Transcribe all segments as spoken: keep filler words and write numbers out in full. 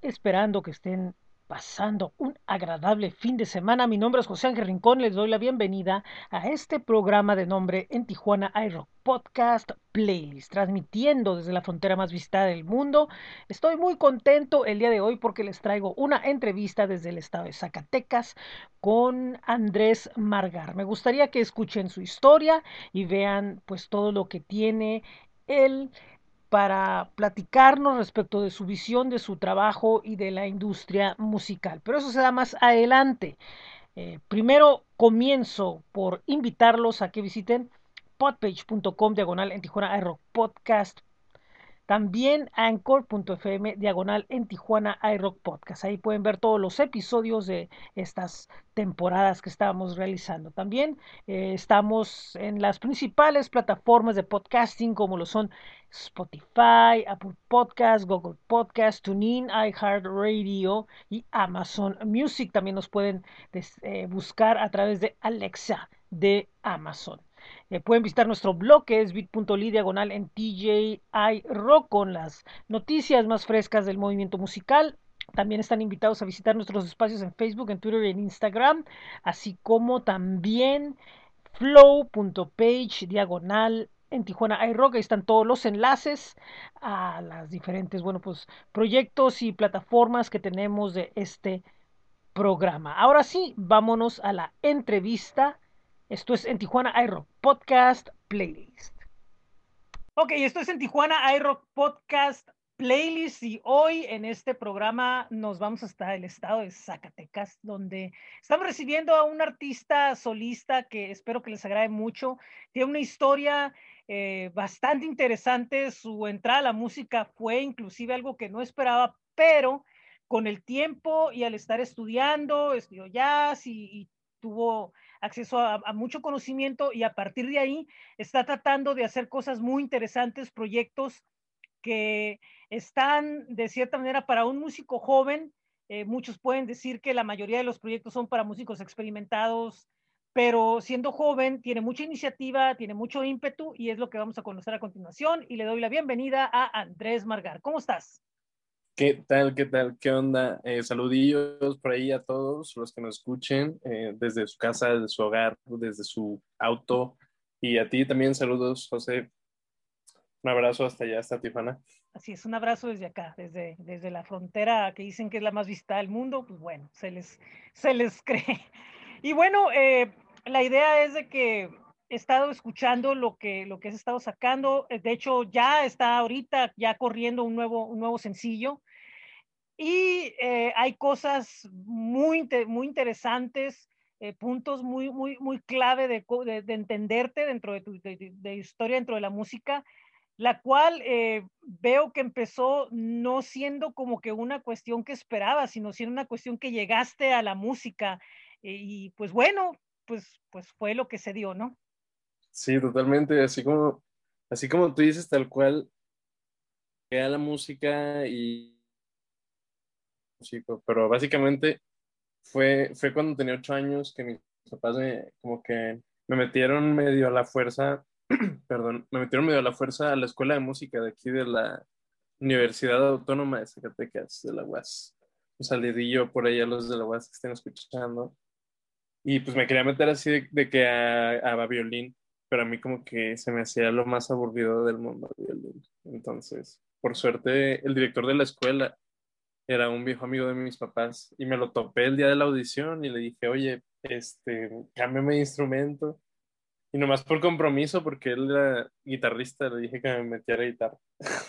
esperando que estén pasando un agradable fin de semana. Mi nombre es José Ángel Rincón, les doy la bienvenida a este programa de nombre En Tijuana iRock Podcast Playlist, transmitiendo desde la frontera más visitada del mundo. Estoy muy contento el día de hoy porque les traigo una entrevista desde el estado de Zacatecas con Andrés Margar. Me gustaría que escuchen su historia y vean pues todo lo que tiene él para platicarnos respecto de su visión, de su trabajo y de la industria musical. Pero eso se da más adelante. Eh, primero comienzo por invitarlos a que visiten podpage punto com diagonal en Tijuana iRock Podcast, también anchor punto f m diagonal en Tijuana iRock Podcast. Ahí pueden ver todos los episodios de estas temporadas que estábamos realizando. También eh, estamos en las principales plataformas de podcasting como lo son Spotify, Apple Podcast, Google Podcast, TuneIn, iHeartRadio y Amazon Music. También nos pueden des, eh, buscar a través de Alexa de Amazon. Eh, pueden visitar nuestro blog que es bit.ly diagonal en T J I Rock con las noticias más frescas del movimiento musical. También están invitados a visitar nuestros espacios en Facebook, en Twitter y en Instagram, así como también flow.page diagonal en Tijuana iRock. Ahí están todos los enlaces a las diferentes, bueno, pues proyectos y plataformas que tenemos de este programa. Ahora sí, vámonos a la entrevista. Esto es en Tijuana iRock Podcast Playlist. Ok, esto es en Tijuana iRock Podcast Playlist y hoy en este programa nos vamos hasta el estado de Zacatecas, donde estamos recibiendo a un artista solista que espero que les agrade mucho. Tiene una historia eh, bastante interesante. Su entrada a la música fue inclusive algo que no esperaba, pero con el tiempo y al estar estudiando, estudió jazz y, y tuvo acceso a, a mucho conocimiento y a partir de ahí está tratando de hacer cosas muy interesantes, proyectos que están de cierta manera para un músico joven. Eh, muchos pueden decir que la mayoría de los proyectos son para músicos experimentados, pero siendo joven tiene mucha iniciativa, tiene mucho ímpetu y es lo que vamos a conocer a continuación. Y le doy la bienvenida a Andrés Margar. ¿Cómo estás? ¿Qué tal? ¿Qué tal? ¿Qué onda? Eh, saludillos por ahí a todos los que nos escuchen eh, desde su casa, desde su hogar, desde su auto. Y a ti también saludos, José. Un abrazo hasta allá, hasta Tijuana. Así es, un abrazo desde acá, desde, desde la frontera que dicen que es la más visitada del mundo, pues bueno, se les, se les cree. Y bueno, eh, la idea es de que he estado escuchando lo que, lo que has estado sacando, de hecho ya está ahorita ya corriendo un nuevo, un nuevo sencillo y eh, hay cosas muy, muy interesantes, eh, puntos muy, muy, muy clave de, de, de entenderte dentro de tu de, de historia, dentro de la música, la cual eh, veo que empezó no siendo como que una cuestión que esperaba, sino siendo una cuestión que llegaste a la música eh, y pues bueno, pues, pues fue lo que se dio, ¿no? Sí, totalmente. Así como, así como tú dices, tal cual, que a la música y músico, pero básicamente fue, fue cuando tenía ocho años que mis papás me, como que me metieron medio a la fuerza, perdón, me metieron medio a la fuerza a la escuela de música de aquí de la Universidad Autónoma de Zacatecas, de la U A S. Un salidillo por ahí a los de la U A S que estén escuchando. Y pues me quería meter así de, de que a, a violín, pero a mí como que se me hacía lo más aburrido del mundo el violín. Entonces, por suerte, el director de la escuela era un viejo amigo de mis papás y me lo topé el día de la audición y le dije, oye, este, cámbiame de instrumento. Y nomás por compromiso, porque él era guitarrista, le dije que me metiera a guitarra.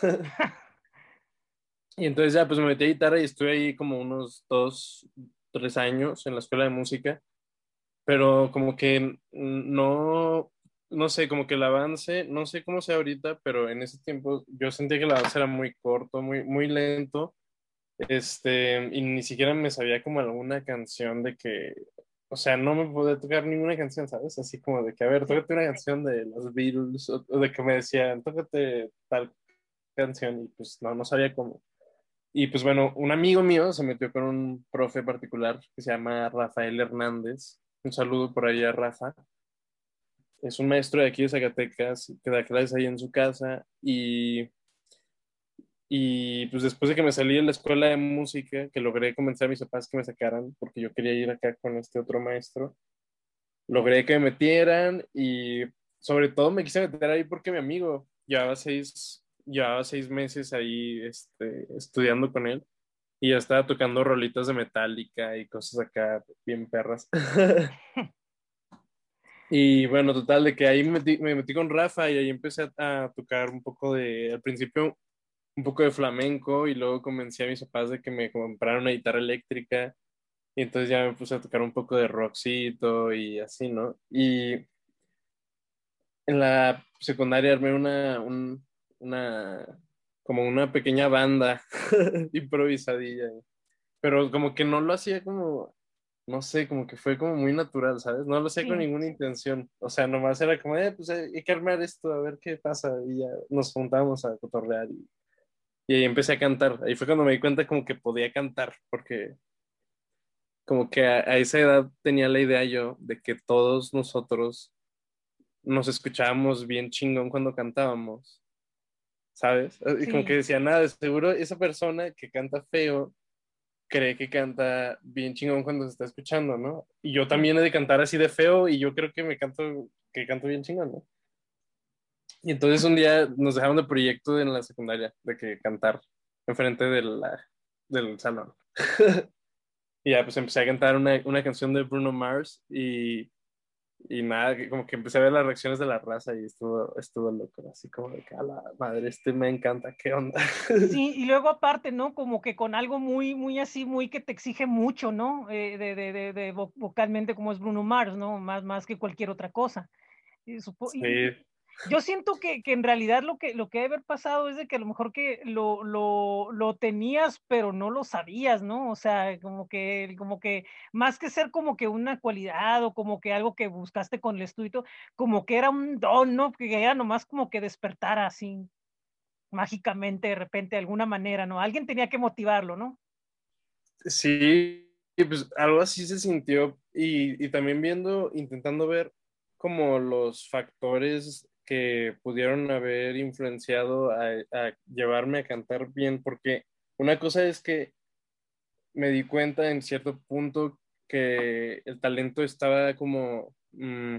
Y entonces ya pues me metí a guitarra y estuve ahí como unos dos, tres años en la escuela de música, pero como que no, no sé, como que el avance, no sé cómo sea ahorita, pero en ese tiempo yo sentía que el avance era muy corto, muy, muy lento, este, y ni siquiera me sabía como alguna canción de que, o sea, no me podía tocar ninguna canción, ¿sabes? Así como de que, a ver, Sí. tócate una canción de los Beatles, o, o de que me decían, tócate tal canción, y pues no, no sabía cómo. Y pues bueno, un amigo mío se metió con un profe particular que se llama Rafael Hernández. Un saludo por ahí a Rafa. Es un maestro de aquí de Zacatecas que da clases ahí en su casa y Y pues después de que me salí de la escuela de música, que logré convencer a mis papás que me sacaran, porque yo quería ir acá con este otro maestro, logré que me metieran y sobre todo me quise meter ahí porque mi amigo llevaba seis, llevaba seis meses ahí este, estudiando con él y ya estaba tocando rolitas de Metallica y cosas acá bien perras. Y bueno, total, de que ahí me metí, me metí con Rafa y ahí empecé a, a tocar un poco de, al principio un poco de flamenco y luego convencí a mis papás de que me compraran una guitarra eléctrica y entonces ya me puse a tocar un poco de rockcito y así, ¿no? Y en la secundaria armé una, un- una, como una pequeña banda improvisadilla, pero como que no lo hacía como, no sé, como que fue como muy natural, ¿sabes? No lo hacía con Sí, ninguna intención, o sea, nomás era como, eh, pues eh, hay que armar esto, a ver qué pasa, y ya nos juntamos a cotorrear, y, y ahí empecé a cantar, ahí fue cuando me di cuenta como que podía cantar, porque como que a, a esa edad tenía la idea yo de que todos nosotros nos escuchábamos bien chingón cuando cantábamos, ¿sabes? Y como que sí, decía, nada, de seguro esa persona que canta feo cree que canta bien chingón cuando se está escuchando, ¿no? Y yo sí. también he de cantar así de feo y yo creo que me canto, que canto bien chingón, ¿no? Y entonces un día nos dejaron de proyecto en la secundaria de que cantar enfrente de la, del salón. Y ya pues empecé a cantar una, una canción de Bruno Mars y Y nada, que como que empecé a ver las reacciones de la raza y estuvo, estuvo loco, así como de que a la madre, este me encanta, ¿qué onda? Sí, y luego aparte, ¿no? Como que con algo muy, muy así, muy que te exige mucho, ¿no? Eh, de, de, de, de vo- vocalmente como es Bruno Mars, ¿no? Más, más que cualquier otra cosa. Y, supo- y- y Sí, yo siento que, que en realidad lo que, lo que debe haber pasado es de que a lo mejor que lo, lo, lo tenías, pero no lo sabías, ¿no? O sea, como que, como que más que ser como que una cualidad o como que algo que buscaste con el estudio, y todo, como que era un don, ¿no? Que era nomás como que despertara así mágicamente de repente de alguna manera, ¿no? Alguien tenía que motivarlo, ¿no? sí, y pues algo así se sintió y, y también viendo, intentando ver como los factores que pudieron haber influenciado a, a llevarme a cantar bien, porque una cosa es que me di cuenta en cierto punto que el talento estaba como mm,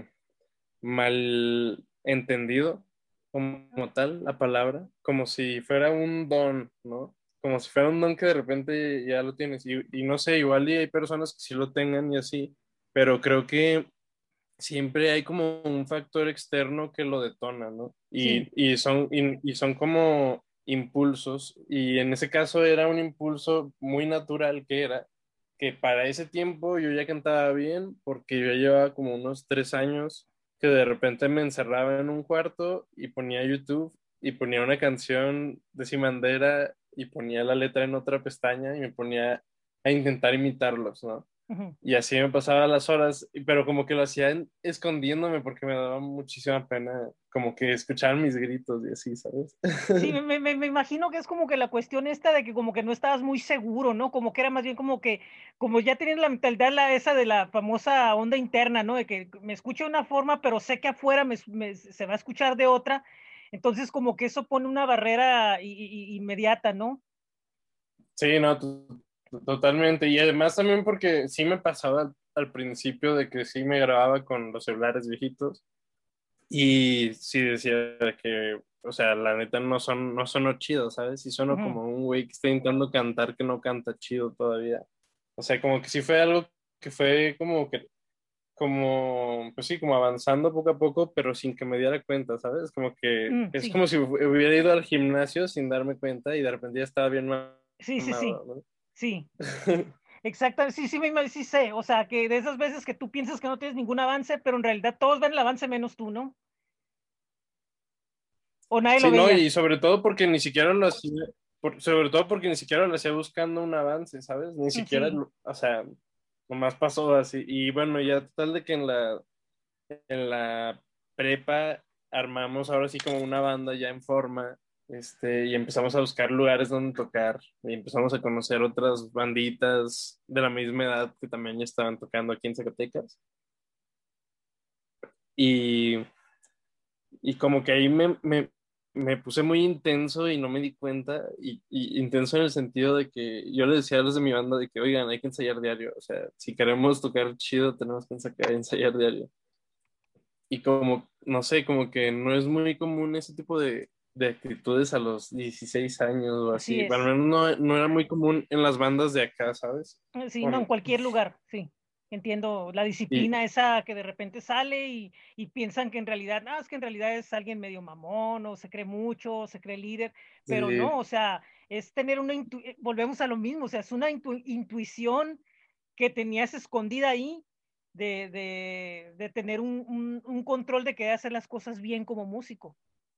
mal entendido como tal la palabra, como si fuera un don, ¿no? Como si fuera un don que de repente ya lo tienes. Y, y no sé, igual y hay personas que sí lo tengan y así, pero creo que siempre hay como un factor externo que lo detona, ¿no? Sí, Y, y son, y, y son como impulsos, y en ese caso era un impulso muy natural que era que para ese tiempo yo ya cantaba bien porque yo llevaba como unos tres años que de repente me encerraba en un cuarto y ponía YouTube y ponía una canción de Simandera y ponía la letra en otra pestaña y me ponía a intentar imitarlos, ¿no? ujú. Y así me pasaba las horas, y- pero como que lo hacía en- escondiéndome porque me daba muchísima pena, como que escuchar mis gritos y así, ¿sabes? Sí, me, me, me imagino que es como que la cuestión esta de que como que no estabas muy seguro, ¿no? Como que era más bien como que, como ya tienes la mentalidad la, esa de la famosa onda interna, ¿no? De que me escucho de una forma, pero sé que afuera me, me- se va a escuchar de otra. Entonces como que eso pone una barrera i- i- inmediata, ¿no? Sí, no, to- to- totalmente. Y además también porque sí me pasaba al, al principio de que sí me grababa con los celulares viejitos y sí decía que, o sea, la neta no son, no sonó chido, ¿sabes? Sí sonó Ujú. como un güey que está intentando cantar que no canta chido todavía. O sea, como que sí fue algo que fue como que como, pues sí, como avanzando poco a poco, pero sin que me diera cuenta, ¿sabes? Como que Mm, es sí, como si hubiera ido al gimnasio sin darme cuenta y de repente ya estaba bien sí, sí, sí, mamado, ¿no? sí. Exacto, sí, sí, me ima- sí sé, o sea, que de esas veces que tú piensas que no tienes ningún avance, pero en realidad todos ven el avance menos tú, ¿no? O nadie lo Sí, no, veía. y sobre todo porque ni siquiera lo hacía, por- sobre todo porque ni siquiera lo hacía buscando un avance, ¿sabes? Ni Mm, siquiera, sí, lo- o sea, nomás pasó así. Y bueno, ya total de que en la, en la prepa armamos ahora sí como una banda ya en forma, este, y empezamos a buscar lugares donde tocar, y empezamos a conocer otras banditas de la misma edad que también ya estaban tocando aquí en Zacatecas. Y, y como que ahí me, me, me puse muy intenso y no me di cuenta, y, y intenso en el sentido de que yo le decía a los de mi banda de que, oigan, hay que ensayar diario, o sea, si queremos tocar chido, tenemos que ensayar, ensayar diario. Y como, no sé, como que no es muy común ese tipo de, de actitudes a los dieciséis años o Así así, al es. menos no, no era muy común en las bandas de acá, ¿sabes? Sí, no, en Bueno, cualquier lugar, sí. Entiendo la y disciplina esa que de repente sale y, y piensan que en realidad, ah, es que en realidad es alguien medio mamón o se cree mucho, o se cree líder, pero sí, no, o sea, es tener una, intu- eh, volvemos a lo mismo, o sea, es una intu- intuición que tenías escondida ahí de, de, de tener un, un, un control de querer hacer las cosas bien como músico.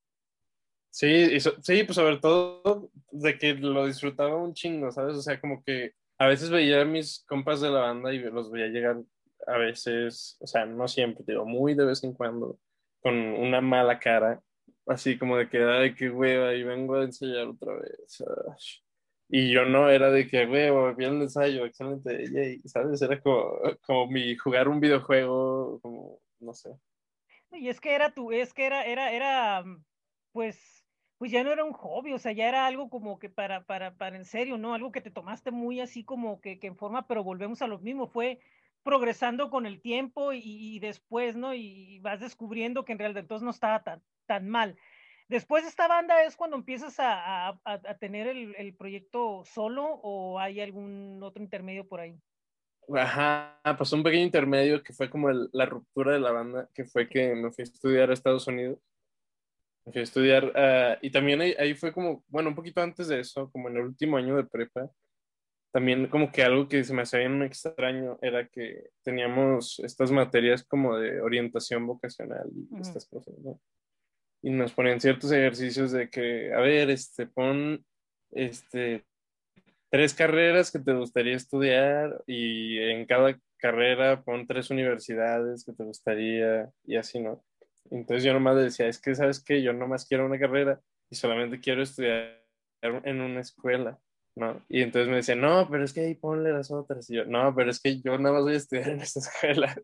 sí, y so- sí, pues sobre todo de que lo disfrutaba un chingo, ¿sabes? O sea, como que a veces veía a mis compas de la banda y los veía llegar a veces, o sea, no siempre, digo, muy de vez en cuando, con una mala cara, así como de que, ay, qué hueva, y vengo a ensayar otra vez. ah". Y yo no era de que, huevo, vi el ensayo, excelente, yay, ¿sabes? Era como, como mi jugar un videojuego, como, no sé. Y es que era tu, es que era, era, era, mm, pues, pues ya no era un hobby, o sea, ya era algo como que para, para, para en serio, ¿no? Algo que te tomaste muy así como que, que en forma, pero volvemos a lo mismo, fue progresando con el tiempo y, y después, ¿no? Y vas descubriendo que en realidad entonces no estaba tan, tan mal. Después de esta banda es cuando empiezas a, a, a a tener el, el proyecto solo o hay algún otro intermedio por ahí. Ajá, pasó un pequeño intermedio que fue como el- la ruptura de la banda, que fue que me fui a estudiar a Estados Unidos. Me fui a estudiar, ah, y también ahí, ahí fue como, bueno, un poquito antes de eso, como en el último año de prepa, también como que algo que se me hacía bien extraño era que teníamos estas materias como de orientación vocacional y Ujú. estas cosas, ¿no? Y nos ponían ciertos ejercicios de que, a ver, este, pon, este, tres carreras que te gustaría estudiar y en cada carrera pon tres universidades que te gustaría y así, ¿no? Entonces yo nomás le decía, es que, ¿sabes qué? Yo nomás quiero una carrera y solamente quiero estudiar en una escuela, ¿no? Y entonces me decía, no, pero es que ahí ponle las otras. Y yo, no, pero es que yo nada más voy a estudiar en esta escuela.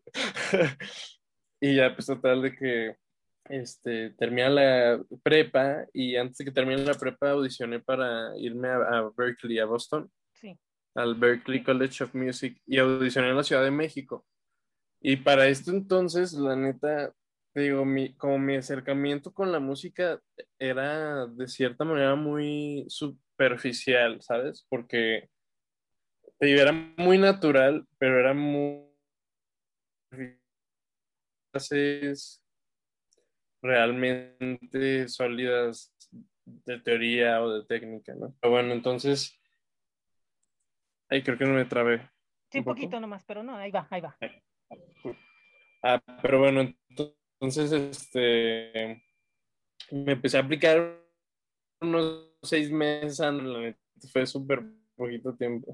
Y ya, pues total de que este, terminé la prepa y antes de que termine la prepa audicioné para irme a, a Berkeley, a Boston, Sí. al Berklee College of Music y audicioné en la Ciudad de México. Y para esto entonces, la neta, te digo, mi, como mi acercamiento con la música era de cierta manera muy superficial, ¿sabes? Porque te digo, era muy natural, pero era muy bases realmente sólidas de teoría o de técnica, ¿no? Pero bueno, entonces, ahí creo que no me trabé Sí, un poco. poquito nomás, pero no, ahí va, ahí va. Ah, pero bueno, entonces, este, me empecé a aplicar unos seis meses, la neta, fue súper poquito tiempo.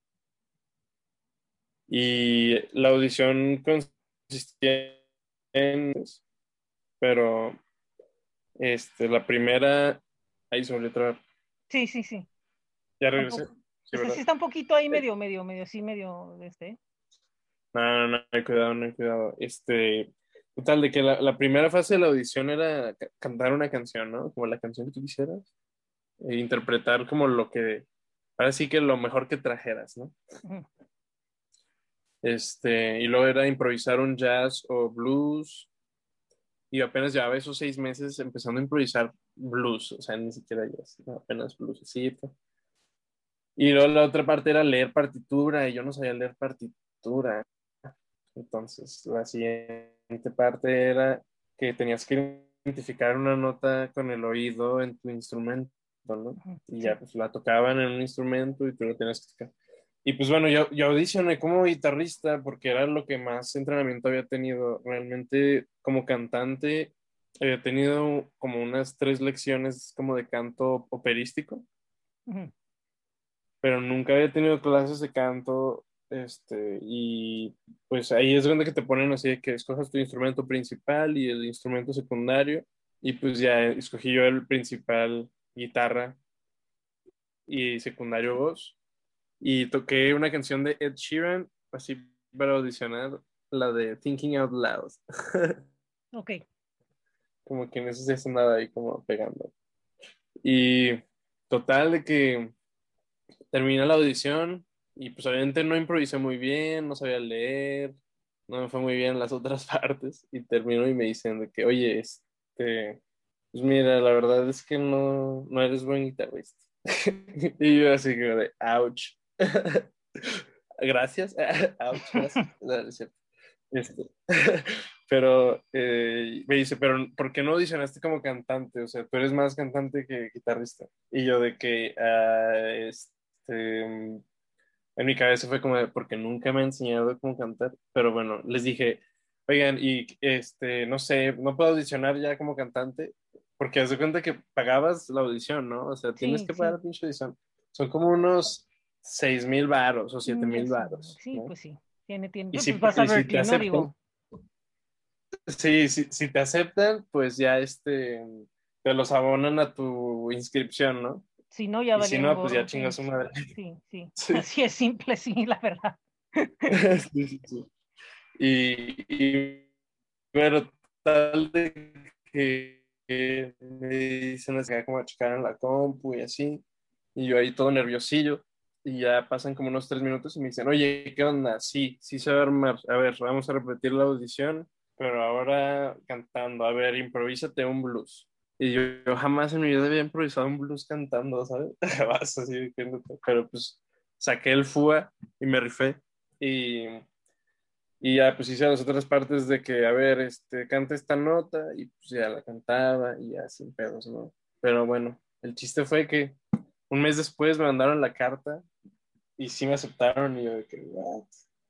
Y la audición consistía en, pero, este, la primera, ahí sobre otra, Sí, sí, sí. ya regresé, Tampoco. sí, Este sí ¿verdad? está un poquito ahí Eh, medio, medio, medio, sí, medio, este. No, no, no, no hay cuidado, no hay cuidado. Este, total, de que la, la primera fase de la audición era ca- cantar una canción, ¿no? Como la canción que tú quisieras, e interpretar como lo que, ahora sí que lo mejor que trajeras, ¿no? Ujú. Este, y luego era improvisar un jazz o blues, y apenas llevaba esos seis meses empezando a improvisar blues, o sea, ni siquiera jazz, no, apenas bluescito. Y luego la otra parte era leer partitura, y yo no sabía leer partitura. Entonces, la siguiente parte era que tenías que identificar una nota con el oído en tu instrumento, ¿no? Ujú. Y Sí. ya, pues la tocaban en un instrumento y tú lo tenías que tocar. Y pues bueno, yo, yo audicioné como guitarrista porque era lo que más entrenamiento había tenido. Realmente como cantante había tenido como unas tres lecciones como de canto operístico, Ujú. pero nunca había tenido clases de canto, este, y pues ahí es donde que te ponen así de que escojas tu instrumento principal y el instrumento secundario, y pues ya escogí yo el principal, guitarra, y secundario voz, y toqué una canción de Ed Sheeran, así para audicionar, la de Thinking Out Loud, Ok. como que en eso se andaba ahí como pegando. Y total de que terminé la audición y pues obviamente no improvisé muy bien, no sabía leer, no me fue muy bien en las otras partes y termino y me dicen de que, oye, este, pues mira, la verdad es que no, no eres buen guitarrista. Y yo así que de, ouch. Gracias, ouch, gracias. No, no es cierto. Este, pero eh, me dice, pero ¿por qué no audicionaste como cantante? O sea, tú eres más cantante que guitarrista. Y yo de que, ah, este, en mi cabeza fue como de, porque nunca me ha enseñado cómo cantar. Pero bueno, les dije, oigan, y este, no sé, no puedo audicionar ya como cantante, porque haz de cuenta que pagabas la audición, ¿no? O sea, tienes Sí, que pagar sí. la pinche audición. Son como unos seis mil varos o siete Mm, ya mil sé. varos, Sí, ¿no? pues sí. Tiene, tiene. Y Pues si, pues vas a y si te Berkeley, ¿no? aceptan, Digo, sí, sí, si te aceptan, pues ya este, te los abonan a tu inscripción, ¿no? si no, ya Y si valieron no, pues ya gorro, chinga sí. su madre. Sí, sí. Sí, Así es simple, sí, la verdad. sí, sí, sí. Y, y bueno, tal de que, que me dicen así como a checar en la compu y así, y yo ahí todo nerviosillo, y ya pasan como unos tres minutos y me dicen, oye, ¿qué onda? Sí, sí se va a armar. A ver, vamos a repetir la audición, pero ahora cantando. A ver, improvísate un blues. Y yo, yo jamás en mi vida había improvisado un blues cantando, ¿sabes? Vas así, que- pero pues saqué el F U A y me rifé. Y y ya, pues hice las otras partes de que, a ver, este, canta esta nota y pues ya la cantaba y ya sin pedos, ¿no? Pero bueno, el chiste fue que un mes después me mandaron la carta y sí me aceptaron y yo de que, what?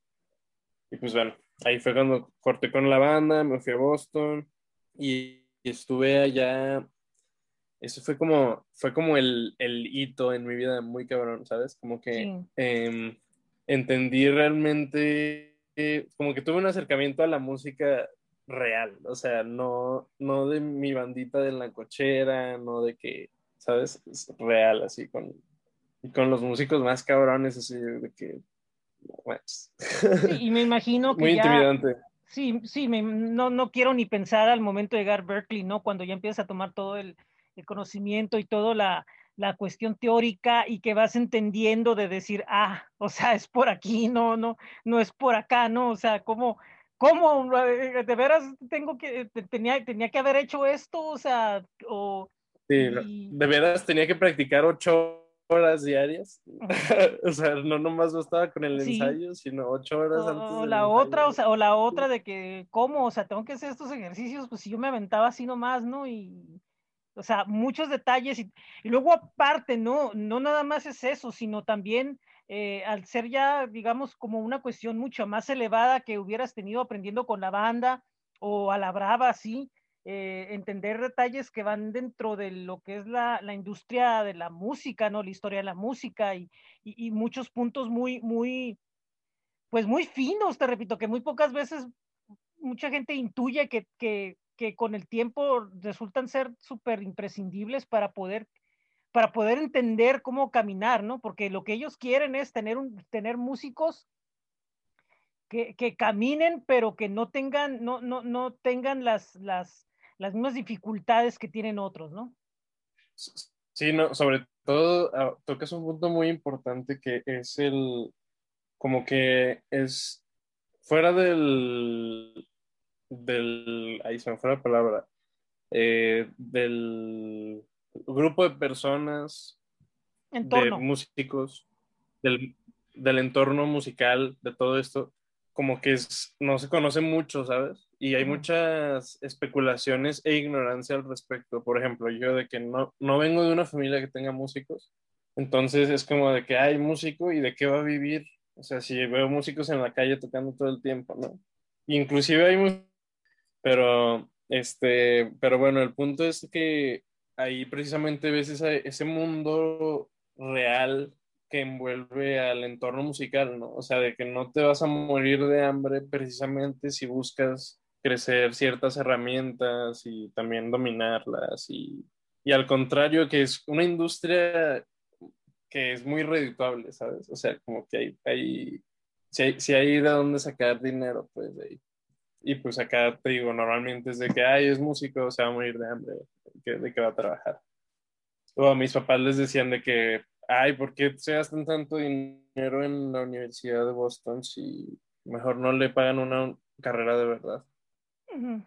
Y pues bueno, ahí fue cuando corté con la banda, me fui a Boston y, y estuve allá. Eso fue como, fue como el, el hito en mi vida muy cabrón, ¿sabes? Como que Sí, eh, entendí realmente, eh, como que tuve un acercamiento a la música real, o sea, no, no de mi bandita de la cochera, no de que, ¿sabes? Es real, así, con, y con los músicos más cabrones, así, de que, bueno, sí, y me imagino que muy ya, intimidante. sí, sí, me, no, no quiero ni pensar al momento de llegar a Berkeley, ¿no? Cuando ya empiezas a tomar todo el, el conocimiento y toda la, la cuestión teórica y que vas entendiendo de decir, ah, o sea, es por aquí, no, no, no es por acá, ¿no? O sea, ¿cómo, cómo, eh, de veras tengo que, te- tenía, tenía que haber hecho esto? O sea, o, Sí, no, y, de veras tenía que practicar ocho horas diarias. ujú, O sea, no nomás bastaba con el sí. ensayo, sino ocho horas antes O, o del la ensayo. otra, o sea, o la otra de que, ¿cómo? O sea, tengo que hacer estos ejercicios, pues si yo me aventaba así nomás, ¿no? Y, o sea, muchos detalles. Y, y luego aparte, ¿no? No nada más es eso, sino también eh, al ser ya, digamos, como una cuestión mucho más elevada que hubieras tenido aprendiendo con la banda o a la brava, así, eh, entender detalles que van dentro de lo que es la, la industria de la música, ¿no? La historia de la música y, y, y muchos puntos muy, muy pues muy finos, te repito, que muy pocas veces mucha gente intuye que, que, que con el tiempo resultan ser súper imprescindibles para poder, para poder entender cómo caminar, ¿no? Porque lo que ellos quieren es tener, un, tener músicos que, que caminen, pero que no tengan, no, no, no tengan las, las, las mismas dificultades que tienen otros, ¿no? Sí, no, sobre todo ah, tocas un punto muy importante que es el, como que es fuera del, del, ahí se me fue la palabra, eh, del grupo de personas, de Entorno. músicos, del, del entorno musical, de todo esto, como que es, no se conoce mucho, ¿sabes? Y hay Ujú. muchas especulaciones e ignorancia al respecto. Por ejemplo, yo de que no, no vengo de una familia que tenga músicos, entonces es como de que hay músico y de qué va a vivir. O sea, si veo músicos en la calle tocando todo el tiempo, ¿no? Inclusive hay músicos, pero, este, pero bueno, el punto es que ahí precisamente ves ese, ese mundo real que envuelve al entorno musical, ¿no? O sea, de que no te vas a morir de hambre precisamente si buscas crecer ciertas herramientas y también dominarlas y, y al contrario, que es una industria que es muy redituable, ¿sabes? O sea, como que hay, hay, si hay, si hay de dónde sacar dinero, pues de ahí. Y pues acá te digo, normalmente es de que, ay, es músico, se va a morir de hambre, ¿de qué, de qué va a trabajar? o a mis papás les decían de que, ay, ¿por qué se gastan tanto dinero en la Universidad de Boston si mejor no le pagan una carrera de verdad? Ujú.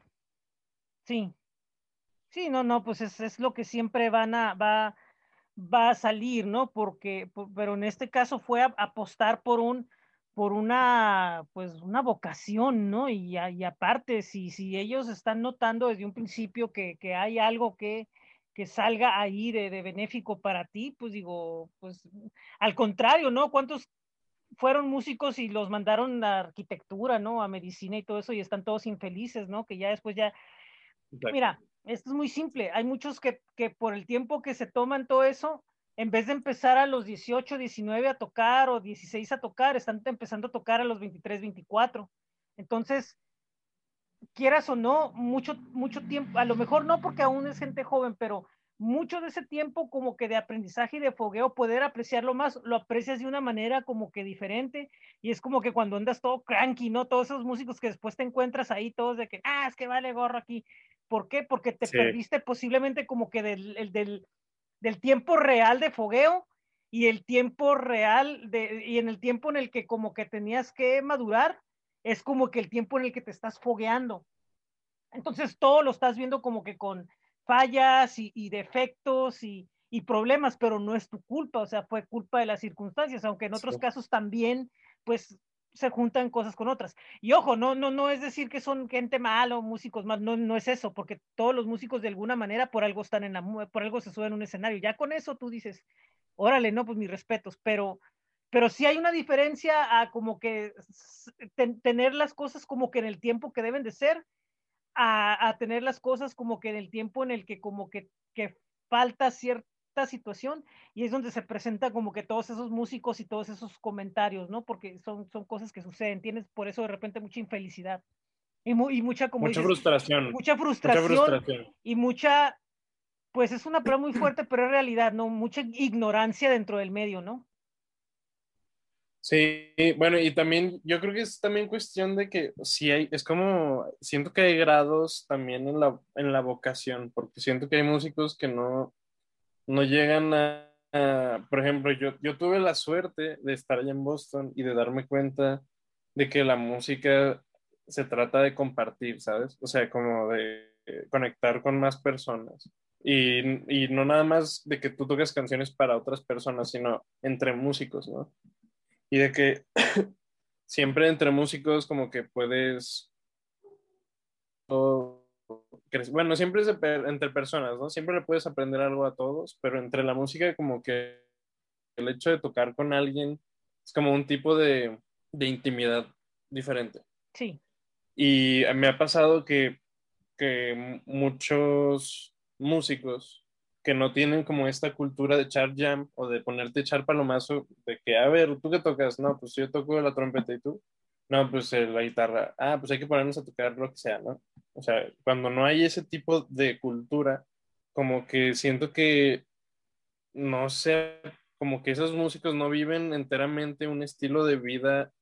Sí, sí, no, no, pues es, es lo que siempre van a, va, va a salir, ¿no? Porque, po- pero en este caso fue a- apostar por un, por una, pues una vocación, ¿no? Y, a- y aparte, si, si ellos están notando desde un principio que, que hay algo que, que salga ahí de, de benéfico para ti, pues digo, pues al contrario, ¿no? ¿Cuántos fueron músicos y los mandaron a arquitectura, ¿no? A medicina y todo eso y están todos infelices, ¿no? Que ya después ya, Exacto. mira, esto es muy simple. Hay muchos que, que por el tiempo que se toman todo eso, en vez de empezar a los dieciocho, diecinueve a tocar o dieciséis a tocar, están empezando a tocar a los veintitrés, veinticuatro. Entonces, quieras o no, mucho, mucho tiempo, a lo mejor no porque aún es gente joven, pero mucho de ese tiempo como que de aprendizaje y de fogueo, poder apreciarlo más, lo aprecias de una manera como que diferente y es como que cuando andas todo cranky, ¿no? Todos esos músicos que después te encuentras ahí todos de que, ah, es que vale gorro aquí. ¿Por qué? Porque te Sí, perdiste posiblemente como que del, el, del, del tiempo real de fogueo y el tiempo real de, y en el tiempo en el que como que tenías que madurar, es como que el tiempo en el que te estás fogueando. Entonces todo lo estás viendo como que con fallas y, y defectos y, y, problemas, pero no es tu culpa, o sea, fue culpa de las circunstancias, aunque en otros sí. casos también, pues, se juntan cosas con otras. Y ojo, no, no, no es decir que son gente mala o músicos mal, no, no es eso, porque todos los músicos de alguna manera por algo están en la, por algo se suben a un escenario. Ya con eso tú dices, órale, no, pues mis respetos, pero, pero sí hay una diferencia a como que ten, tener las cosas como que en el tiempo que deben de ser a, a, tener las cosas como que en el tiempo en el que como que, que falta cierta situación y es donde se presenta como que todos esos músicos y todos esos comentarios, ¿no? Porque son, son cosas que suceden, tienes por eso de repente mucha infelicidad y, mu y mucha, como Mucha dices, frustración, mucha mucha frustración frustración. y mucha, pues es una prueba muy fuerte, pero es realidad, ¿no? Mucha ignorancia dentro del medio, ¿no? Sí, bueno, y también yo creo que es también cuestión de que si hay, es como, siento que hay grados también en la, en la vocación, porque siento que hay músicos que no, no llegan a, a- por ejemplo, yo, yo tuve la suerte de estar allá en Boston y de darme cuenta de que la música se trata de compartir, ¿sabes? O sea, como de eh, conectar con más personas. Y, y no nada más de que tú toques canciones para otras personas, sino entre músicos, ¿no? Y de que siempre entre músicos como que puedes, o- cre- bueno, siempre es de per- entre personas, ¿no? Siempre le puedes aprender algo a todos, pero entre la música como que el hecho de tocar con alguien es como un tipo de, de intimidad diferente. Sí. Y me ha pasado que, que muchos músicos que no tienen como esta cultura de echar jam o de ponerte a echar palomazo, de que, a ver, ¿tú qué tocas? No, pues yo toco la trompeta y tú. No, pues eh, la guitarra. Ah, pues hay que ponernos a tocar lo que sea, ¿no? O sea, cuando no hay ese tipo de cultura, como que siento que, no sé, como que esos músicos no viven enteramente un estilo de vida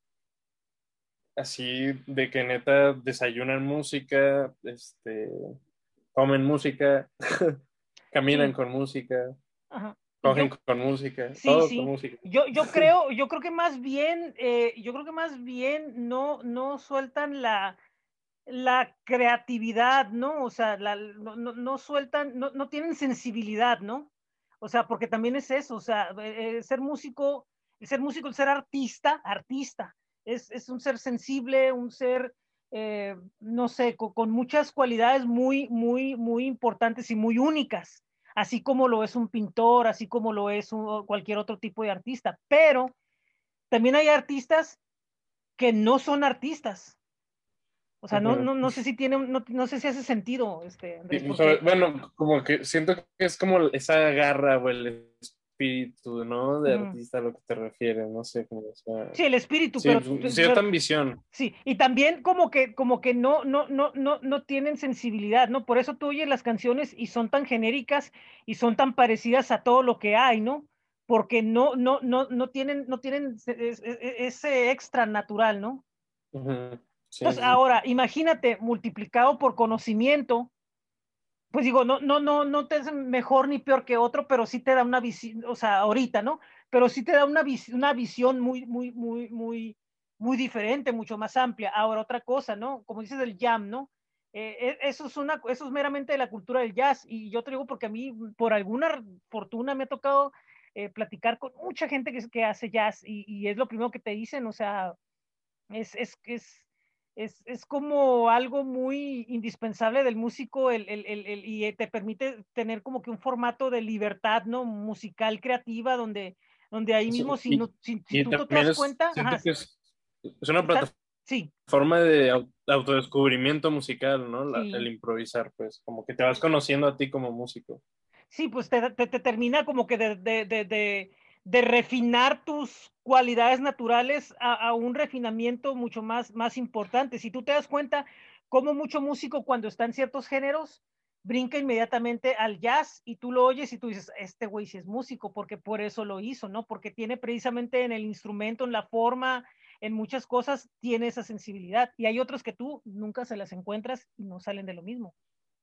así de que neta desayunan música, este, comen música, caminan Sí. con música, Ajá. Y cogen yo, con música, sí, todo con sí. música. Yo, yo creo, yo creo que más bien, eh, yo creo que más bien no, no sueltan la, la creatividad, ¿no? O sea, la, no, no, no sueltan, no, no tienen sensibilidad, ¿no? O sea, porque también es eso, o sea, eh, eh, ser músico, el ser músico, el ser artista, artista, es, es un ser sensible, un ser, eh, no sé, con, con muchas cualidades muy, muy, muy importantes y muy únicas, así como lo es un pintor, así como lo es un, cualquier otro tipo de artista, pero también hay artistas que no son artistas, o sea, no, Ujú. no, no sé si tiene, no, no sé si hace sentido, este, Y, Andrés, pues, sobre- porque bueno, como que siento que es como esa garra o el espíritu, ¿no? De uh, artista a lo que te refieres, no sé cómo sea. sí, el espíritu, Sí, pero, pues, cierta pero ambición. sí, y también como que, como que no, no, no, no, no tienen sensibilidad, ¿no? Por eso tú oyes las canciones y son tan genéricas y son tan parecidas a todo lo que hay, ¿no? Porque no, no, no, no tienen, no tienen ese, ese extra natural, ¿no? Ujú. Sí, Entonces, sí, sí. ahora, imagínate, multiplicado por conocimiento, pues digo, no, no, no, no te hace mejor ni peor que otro, pero sí te da una visión, o sea, ahorita, ¿no? Pero sí te da una, vis una visión muy, muy, muy, muy, muy diferente, mucho más amplia. Ahora, otra cosa, ¿no? Como dices del jam, ¿no? Eh, e, eso, es una, eso es meramente de la cultura del jazz. Y yo te digo porque a mí, por alguna fortuna, me ha tocado eh, platicar con mucha gente que, que hace jazz y, y, es lo primero que te dicen, o sea, es, es, es, es, es como algo muy indispensable del músico el, el, el, el, y te permite tener como que un formato de libertad, ¿no? Musical, creativa, donde, donde ahí Eso- mismo, si, y, no, si, si y tú, tú te también das es, cuenta, siento ajá, que es, es una está, sí, plataforma de au- autodescubrimiento musical, ¿no? La- el sí, improvisar, pues, como que te vas conociendo a ti como músico. sí, pues te, te, te termina como que de, de, de, de, de refinar tus cualidades naturales a, a, un refinamiento mucho más, más importante. Si tú te das cuenta, como mucho músico cuando está en ciertos géneros, brinca inmediatamente al jazz y tú lo oyes y tú dices, este güey sí es músico, porque por eso lo hizo, ¿no? Porque tiene precisamente en el instrumento, en la forma, en muchas cosas, tiene esa sensibilidad. Y hay otros que tú nunca se las encuentras y no salen de lo mismo.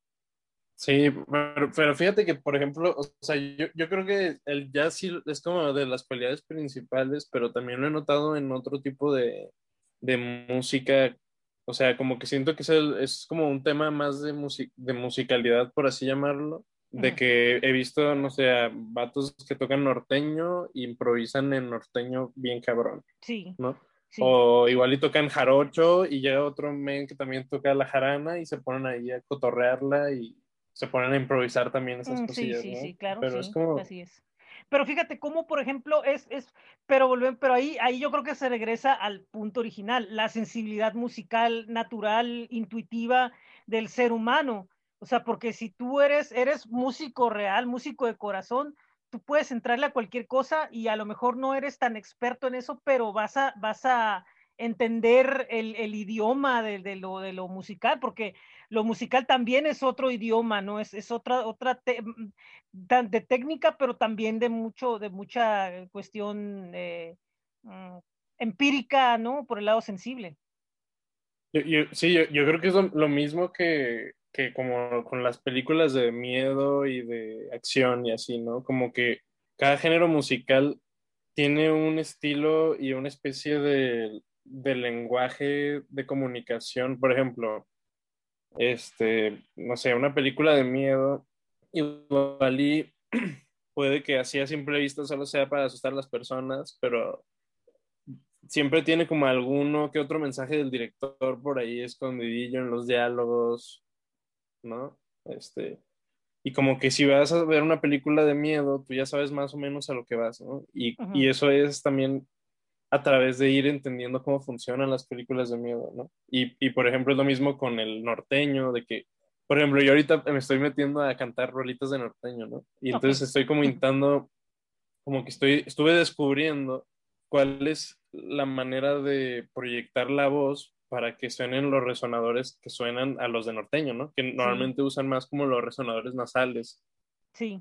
Sí, pero, pero fíjate que, por ejemplo, o sea, yo, yo creo que el jazz sí es como de las cualidades principales, pero también lo he notado en otro tipo de, de música, o sea, como que siento que es, el- es como un tema más de, musi- de musicalidad, por así llamarlo, Uh de -huh. que he visto, no sé, a vatos que tocan norteño e improvisan en norteño bien cabrón, Sí, ¿no? sí. O igual y tocan jarocho y llega otro men que también toca la jarana y se ponen ahí a cotorrearla y se ponen a improvisar también esas Mm, sí, cosillas, sí, ¿no? sí, claro, Pero es sí, como, así es. Pero fíjate cómo, por ejemplo, es, es, pero volver, pero ahí, ahí yo creo que se regresa al punto original, la sensibilidad musical, natural, intuitiva del ser humano. O sea, porque si tú eres, eres músico real, músico de corazón, tú puedes entrarle a cualquier cosa y a lo mejor no eres tan experto en eso, pero vas a, vas a entender el, el idioma de, de, lo, de lo musical, porque lo musical también es otro idioma, ¿no? Es, es otra, otra te, de técnica, pero también de mucho, de mucha cuestión eh, mm, empírica, ¿no? Por el lado sensible. yo- yo- sí, yo, yo creo que es lo, lo mismo que, que como con las películas de miedo y de acción y así, ¿no? Como que cada género musical tiene un estilo y una especie de, de lenguaje de comunicación. Por ejemplo, este, no sé, una película de miedo, igual y puede que así a simple vista solo sea para asustar a las personas, pero siempre tiene como alguno que otro mensaje del director por ahí escondidillo en los diálogos, ¿no? Este, y como que si vas a ver una película de miedo, tú ya sabes más o menos a lo que vas, ¿no? Y, Uh y -huh. eso es también a través de ir entendiendo cómo funcionan las películas de miedo, ¿no? Y, y por ejemplo, es lo mismo con el norteño, de que, por ejemplo, yo ahorita me estoy metiendo a cantar rolitas de norteño, ¿no? Y Ok. entonces estoy como intentando, como que estoy, estuve descubriendo cuál es la manera de proyectar la voz para que suenen los resonadores que suenan a los de norteño, ¿no? Que Sí, normalmente usan más como los resonadores nasales. sí.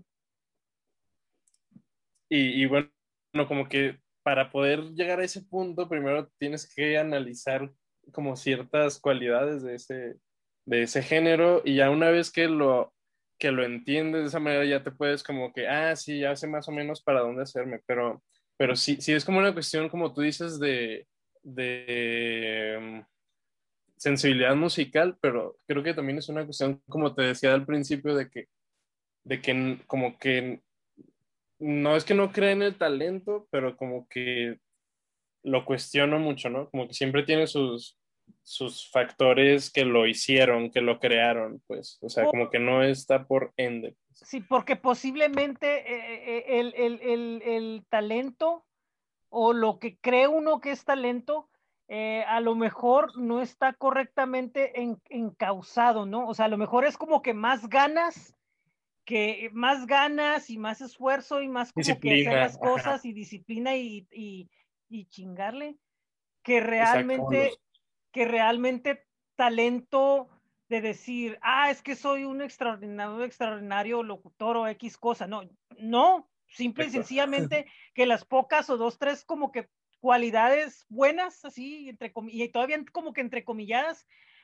Y, y bueno, como que para poder llegar a ese punto, primero tienes que analizar como ciertas cualidades de ese, de ese género y ya una vez que lo, que lo entiendes de esa manera ya te puedes como que, ah, sí, ya sé más o menos para dónde hacerme, pero, pero sí, sí es como una cuestión, como tú dices, de, de um, sensibilidad musical, pero creo que también es una cuestión, como te decía al principio, de que, de que como que no es que no creen el talento, pero como que lo cuestiono mucho, ¿no? Como que siempre tiene sus, sus factores que lo hicieron, que lo crearon, pues. O sea, Por, como que no está por ende. sí, porque posiblemente eh, eh, el, el, el, el talento o lo que cree uno que es talento, eh, a lo mejor no está correctamente en, encausado, ¿no? O sea, a lo mejor es como que más ganas, que más ganas y más esfuerzo y más como que hacer Disciplina, las ajá, cosas y disciplina y, y, y chingarle, que exacto, como realmente, los, que realmente talento de decir, ah, es que soy un extraordinario, extraordinario locutor o X cosa. No, no, simple y exacto. sencillamente que las pocas o dos, tres como que cualidades buenas, así, entre comillas, y todavía como que entre comilladas,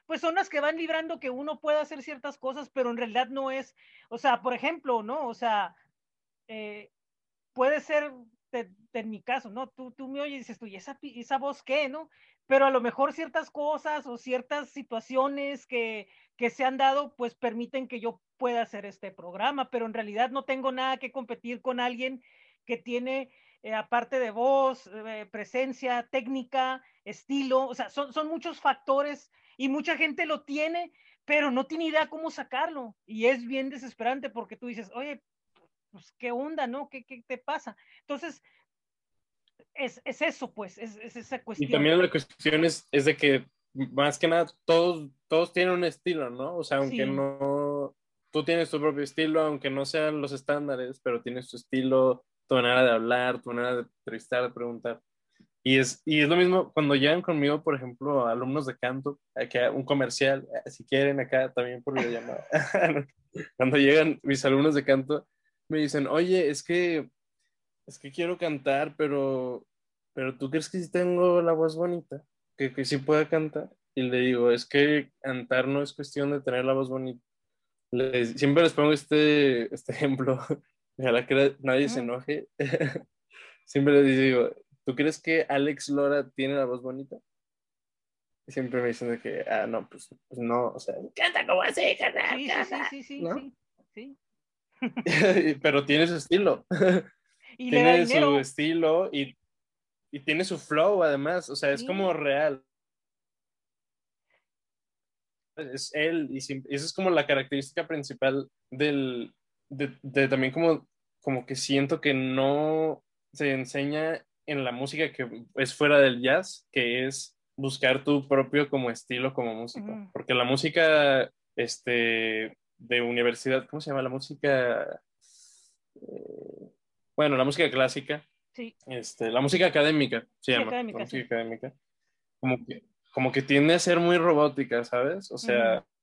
pues son las que van librando que uno pueda hacer ciertas cosas, pero en realidad no es, o sea, por ejemplo, ¿no? O sea, eh, puede ser, de, de en mi caso, ¿no? Tú, tú me oyes y dices, tú, ¿y esa, esa voz qué, no? Pero a lo mejor ciertas cosas o ciertas situaciones que, que se han dado, pues permiten que yo pueda hacer este programa, pero en realidad no tengo nada que competir con alguien que tiene, eh, aparte de voz, eh, presencia, técnica, estilo, o sea, son, son muchos factores y mucha gente lo tiene, pero no tiene idea cómo sacarlo. Y es bien desesperante porque tú dices, oye, pues, ¿qué onda, no? ¿Qué, qué te pasa? Entonces, es, es eso, pues, es, es, esa Y cuestión. también la cuestión es, es de que más que nada todos, todos tienen un estilo, ¿no? O sea, aunque Sí. no, tú tienes tu propio estilo, aunque no sean los estándares, pero tienes tu estilo, tu manera de hablar, tu manera de entrevistar, de preguntar. Y es, y es lo mismo cuando llegan conmigo, por ejemplo, alumnos de canto, acá un comercial, eh, si quieren acá también por videollamada. Cuando llegan mis alumnos de canto, me dicen, oye, es que, es que quiero cantar, pero, pero ¿tú crees que sí tengo la voz bonita? ¿Que, que sí pueda cantar? Y le digo, es que cantar no es cuestión de tener la voz bonita. Les- siempre les pongo este, este ejemplo, ojalá que nadie se Mm. enoje. Siempre les digo, ¿tú crees que Alex Lora tiene la voz bonita? Y siempre me dicen de que, ah, no, pues, pues no, o sea, canta como así, canta, Sí, sí, sí, canta, sí, sí, ¿no? sí, sí. Pero tiene su estilo, Y le da tiene su dinero. estilo y, y tiene su flow además, o sea, es Sí. como real, es él y sim- esa es como la característica principal del, de, de también como, como que siento que no se enseña en la música que es fuera del jazz, que es buscar tu propio como estilo como músico, Mm. porque la música este, de universidad, ¿cómo se llama? La música, eh, bueno, la música clásica, Sí, este, la música académica se sí, llama, la académica, música sí. académica, como que, como que tiende a ser muy robótica, ¿sabes? O Ujú, sea,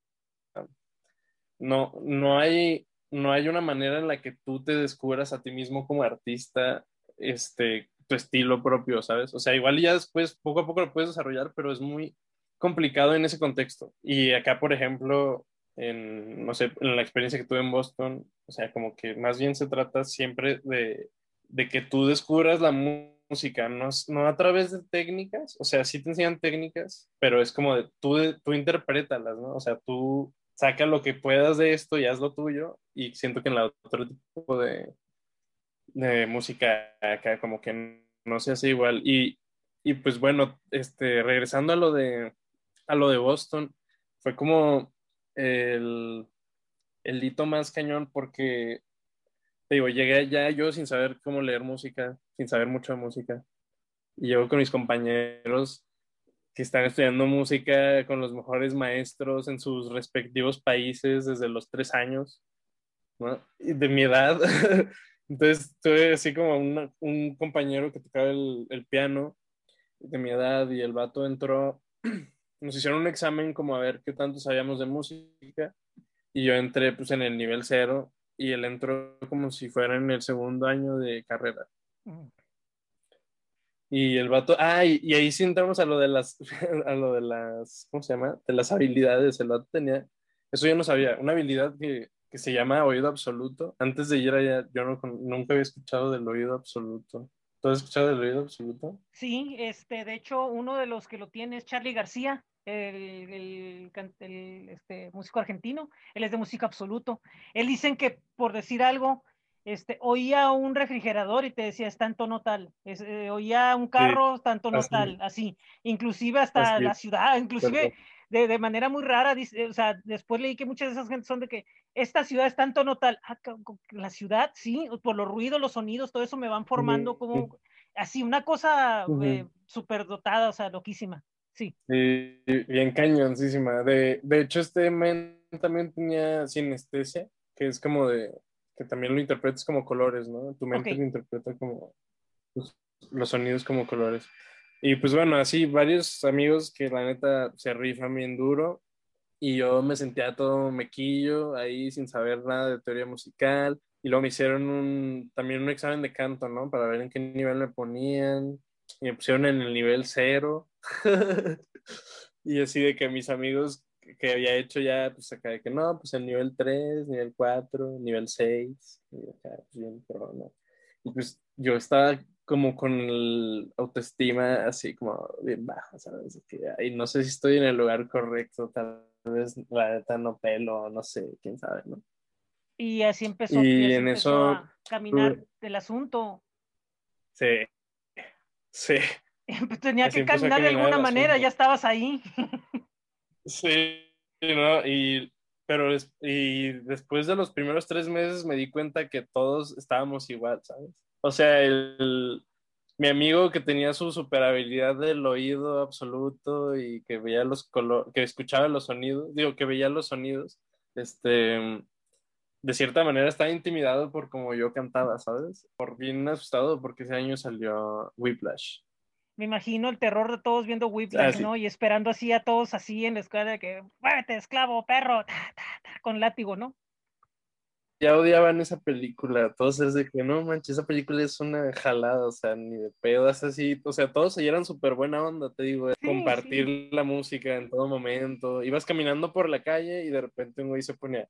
no, no hay, no hay una manera en la que tú te descubras a ti mismo como artista, este, tu estilo propio, ¿sabes? O sea, igual ya después, poco a poco lo puedes desarrollar, pero es muy complicado en ese contexto. Y acá, por ejemplo, en, no sé, en la experiencia que tuve en Boston, o sea, como que más bien se trata siempre de, de que tú descubras la música, no, no a través de técnicas, o sea, sí te enseñan técnicas, pero es como de tú, tú interprétalas, ¿no? O sea, tú saca lo que puedas de esto y haz lo tuyo. Y siento que en la otro tipo de, de música acá como que no se hace igual. Y, y pues bueno, este, regresando a lo de, a lo de Boston, fue como el, el hito más cañón porque, te digo, llegué allá yo sin saber cómo leer música, sin saber mucho de música. Y llego con mis compañeros que están estudiando música con los mejores maestros en sus respectivos países desde los tres años. ¿No? Y de mi edad. Entonces tuve así como una- un compañero que tocaba el, el piano de mi edad y el vato entró, nos hicieron un examen como a ver qué tanto sabíamos de música y yo entré pues en el nivel cero y él entró como si fuera en el segundo año de carrera. ujú. Y el vato, ah, y, y ahí sí entramos a lo de las, a lo de las, ¿cómo se llama? De las habilidades. El vato tenía, eso yo no sabía, una habilidad que, que se llama oído absoluto. Antes de ir allá, yo no, con- nunca había escuchado del oído absoluto. ¿Tú has escuchado del oído absoluto? Sí, este, de hecho, uno de los que lo tiene es Charly García, el, el, can- el, este, músico argentino. Él es de música absoluto. Él dicen que, por decir algo, este, oía un refrigerador y te decía, está en tono tal. Es, eh, oía un Sí, carro, está en tono así, tal, así. Inclusive hasta así, la ciudad, inclusive perdón. de, de manera muy rara, dice, o sea, después leí que muchas de esas gentes son de que esta ciudad está en tono tal. Ah, ca- co- la ciudad, sí, por los ruidos, los sonidos, todo eso me van formando Ujú, como así, una cosa eh, ujú. súper dotada, o sea, loquísima. Sí, Sí, bien cañoncísima. De, de hecho, este men también tenía sinestesia, que es como de, que también lo interpretas como colores, ¿no? Tu ok. mente lo interpreta como los, los sonidos como colores. Y pues bueno, así varios amigos que la neta se rifan bien duro y yo me sentía todo mequillo ahí sin saber nada de teoría musical y luego me hicieron un, también un examen de canto, ¿no? Para ver en qué nivel me ponían y me pusieron en el nivel cero y así de que mis amigos que había hecho ya, pues acá de que no, pues el nivel tres nivel cuatro nivel seis y acá, pues bien, pero no. Y pues yo estaba como con el autoestima así como bien baja, ¿sabes? Que, y no sé si estoy en el lugar correcto, tal vez la neta no pelo, no sé, quién sabe, ¿no? Y así empezó, y Y así en empezó eso, a caminar tuve- el asunto. sí, sí, Tenía así que empezó a caminar de caminar alguna el manera, ya asunto. estabas ahí. Sí, ¿no? Y, pero des- y después de los primeros tres meses me di cuenta que todos estábamos igual, ¿sabes? O sea, el, mi amigo que tenía su super habilidad del oído absoluto y que veía los colores, que escuchaba los sonidos, digo, que veía los sonidos, este, de cierta manera estaba intimidado por como yo cantaba, ¿sabes? Por bien asustado porque ese año salió Whiplash. Me imagino el terror de todos viendo Ah, Whiplash, sí. ¿no? Y esperando así a todos así en la escuela de que, muévete, esclavo, perro, ta, ta, ta, con látigo, ¿no? Ya odiaban esa película, todos es de que no manches, esa película es una jalada, o sea, ni de pedas así, o sea, todos se eran súper buena onda, te digo, de Sí, sí. compartir la música en todo momento, ibas caminando por la calle y de repente un güey se ponía,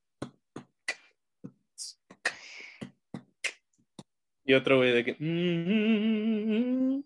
y otro güey de que, "Mm",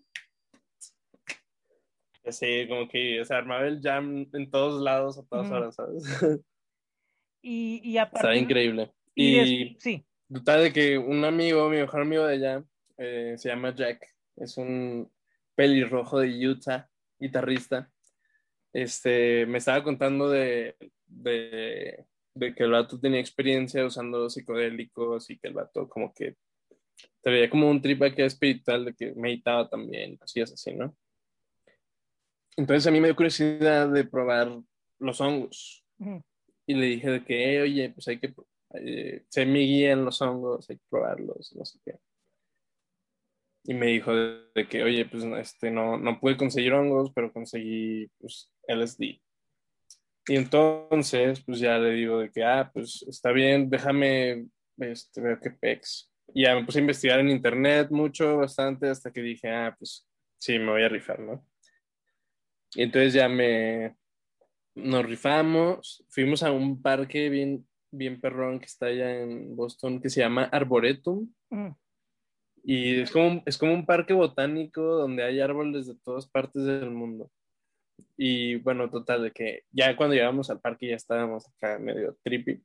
así, como que se armaba el jam en todos lados a todas Ujú. horas, ¿sabes? Y, y a Estaba partir, increíble. y des, Y sí. total de que un amigo, mi mejor amigo de allá, eh, se llama Jack, es un pelirrojo de Utah, guitarrista. Este, me estaba contando de, de, de que el vato tenía experiencia usando psicodélicos y que el vato como que te veía como un trip acá espiritual de que meditaba también, así es así, ¿no? Entonces a mí me dio curiosidad de probar los hongos Ujú. y le dije de que, "Eh, oye, pues hay que, eh, sé mi guía en los hongos, hay que probarlos, no sé qué". Y me dijo de, de que, oye, pues no, este, no, no pude conseguir hongos, pero conseguí pues, L S D. Y entonces, pues ya le digo de que, ah, pues está bien, déjame, este, ver qué pex. Y ya me puse a investigar en internet mucho, bastante, hasta que dije, ah, pues sí, me voy a rifar, ¿no? Y entonces ya me, nos rifamos, fuimos a un parque bien, bien perrón que está allá en Boston, que se llama Arboretum. Ujú. Y es como, un- es como un parque botánico donde hay árboles de todas partes del mundo. Y bueno, total, de que ya cuando llegamos al parque ya estábamos acá medio trippy.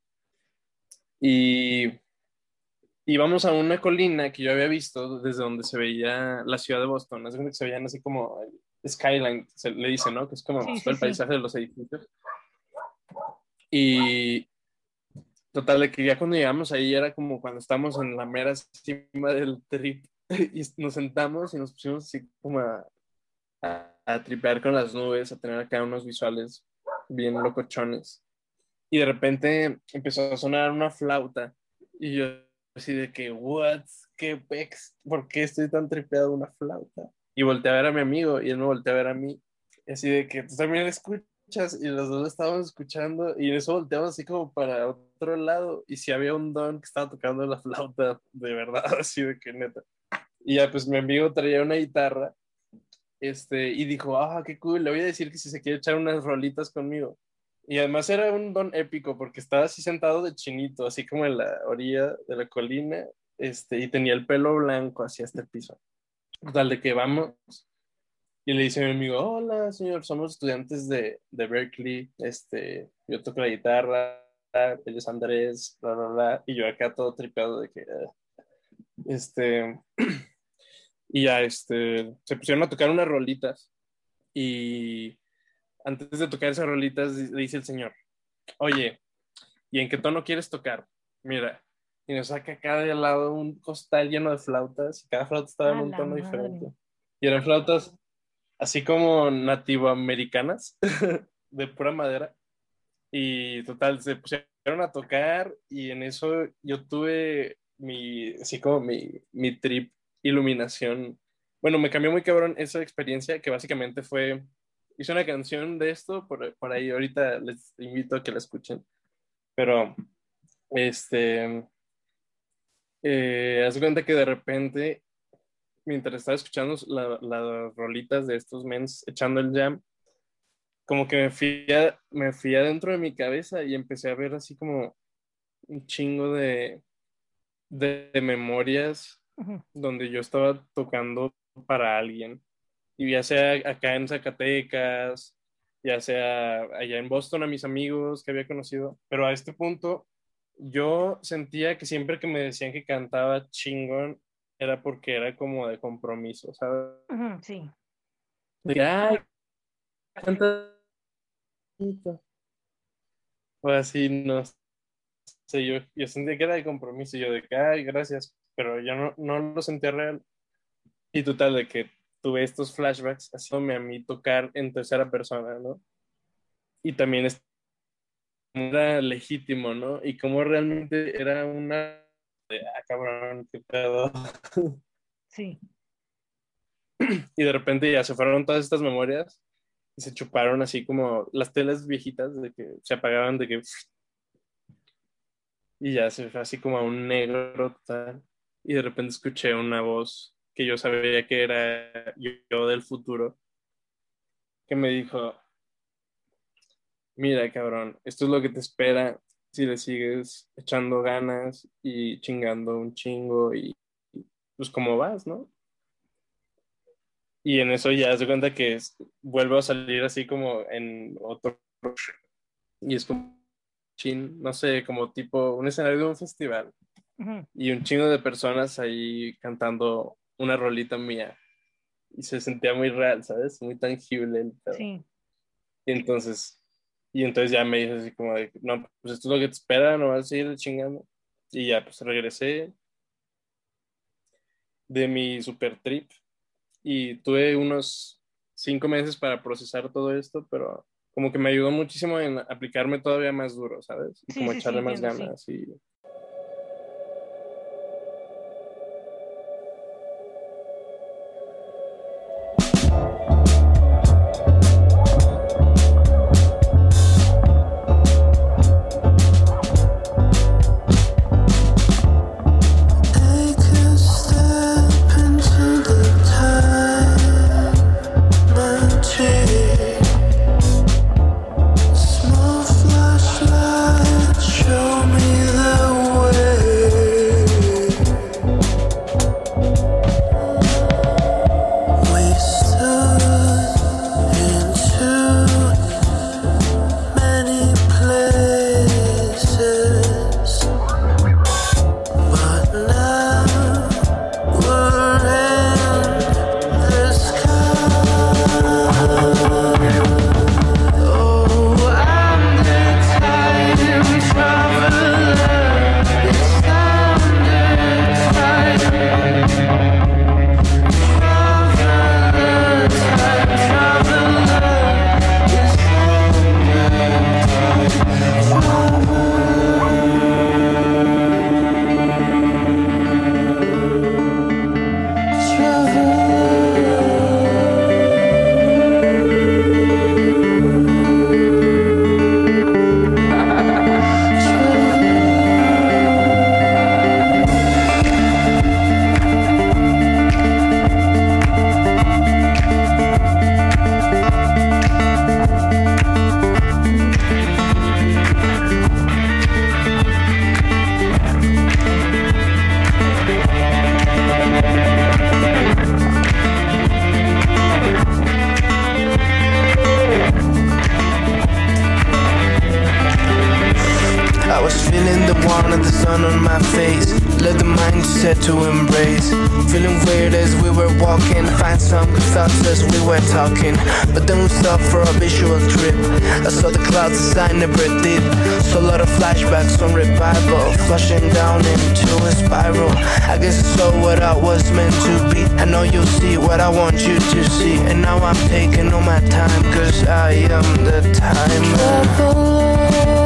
Y íbamos a una colina que yo había visto desde donde se veía la ciudad de Boston. Es donde se veían así como el skyline, se le dice, ¿no? Que es como Sí, pues, todo sí, el sí. paisaje de los edificios. Y total, de que ya cuando llegamos ahí era como cuando estamos en la mera cima del trip y nos sentamos y nos pusimos así como a, a, a tripear con las nubes, a tener acá unos visuales bien locochones. Y de repente empezó a sonar una flauta y yo así de que, what, qué pex, ¿por qué estoy tan tripeado de una flauta? Y volteé a ver a mi amigo y él me volteó a ver a mí, y así de que tú también escuchas, y los dos estábamos escuchando, y en eso volteamos así como para otro lado, y si había un don que estaba tocando la flauta, de verdad, así de que neta. Y ya pues mi amigo traía una guitarra, este, y dijo, ah, qué cool, le voy a decir que si se quiere echar unas rolitas conmigo. Y además era un don épico porque estaba así sentado de chinito, así como en la orilla de la colina, este, y tenía el pelo blanco así hasta el piso. Total, de que vamos. Y le dice a mi amigo, hola, señor, somos estudiantes de, de Berkeley, este, yo toco la guitarra, él es Andrés, bla, bla, bla, y yo acá todo tripeado de que, ah, este, y ya, este, se pusieron a tocar unas rolitas y antes de tocar esas rolitas le dice el señor, oye, ¿y en qué tono quieres tocar? Mira, y nos saca acá de al lado un costal lleno de flautas y cada flauta estaba en A un la tono madre. diferente. Y eran flautas así como nativoamericanas, de pura madera. Y total, se pusieron a tocar y en eso yo tuve mi, así como mi, mi trip iluminación. Bueno, me cambió muy cabrón esa experiencia que básicamente fue, hice una canción de esto, por, por ahí ahorita les invito a que la escuchen, pero este, eh, haz de cuenta que de repente, mientras estaba escuchando la- las rolitas de estos mens echando el jam, como que me fui, a- me fui adentro de mi cabeza y empecé a ver así como un chingo de, de, de memorias Ujú, donde yo estaba tocando para alguien. Y ya sea acá en Zacatecas, ya sea allá en Boston a mis amigos que había conocido, pero a este punto yo sentía que siempre que me decían que cantaba chingón era porque era como de compromiso, ¿sabes? ujú, sí, De que, ay, canta bonito. O así, no sé, yo, yo sentía que era de compromiso, y yo de que, ay, gracias, pero yo no, no lo sentía real. Y total, de que tuve estos flashbacks haciéndome a mí tocar en tercera persona, ¿no? Y también era legítimo, ¿no? Y como realmente era una... de, ah, cabrón, qué pedo. sí, Y de repente ya se fueron todas estas memorias y se chuparon así como las telas viejitas de que se apagaban de que... Y ya se fue así como a un negro total. Y de repente escuché una voz que yo sabía que era yo, yo del futuro, que me dijo, mira, cabrón, esto es lo que te espera si le sigues echando ganas y chingando un chingo y pues como vas, ¿no? Y en eso ya se cuenta que es- vuelvo a salir así como en otro y es como chin, no sé, como tipo un escenario de un festival ujú, y un chingo de personas ahí cantando una rolita mía y se sentía muy real, ¿sabes? Muy tangible el pedo. sí. Y entonces, y entonces ya me dice así como de, no, pues esto es lo que te espera, no vas a seguir chingando. Y ya, pues regresé de mi super trip y tuve unos cinco meses para procesar todo esto, pero como que me ayudó muchísimo en aplicarme todavía más duro, ¿sabes? Y Sí, como sí, sí, echarle más entiendo, sí. ganas y... Take a step into the time machine. Small flashlight, show me the way. We stood in too many places, but now we're in the sky. Oh, I'm the time traveler. It's standard time. Traveler, time traveler. It's I was feeling the warmth of the sun on my face. Let the mindset to embrace. Feeling weird as we were walking. Find some good thoughts as we were talking. But then we stopped for a visual trip. I saw the clouds as I never did. Saw a lot of flashbacks on revival. Flushing down into a spiral. I guess I saw what I was meant to be. I know you'll see what I want you to see. And now I'm taking all my time. Cause I am the timer.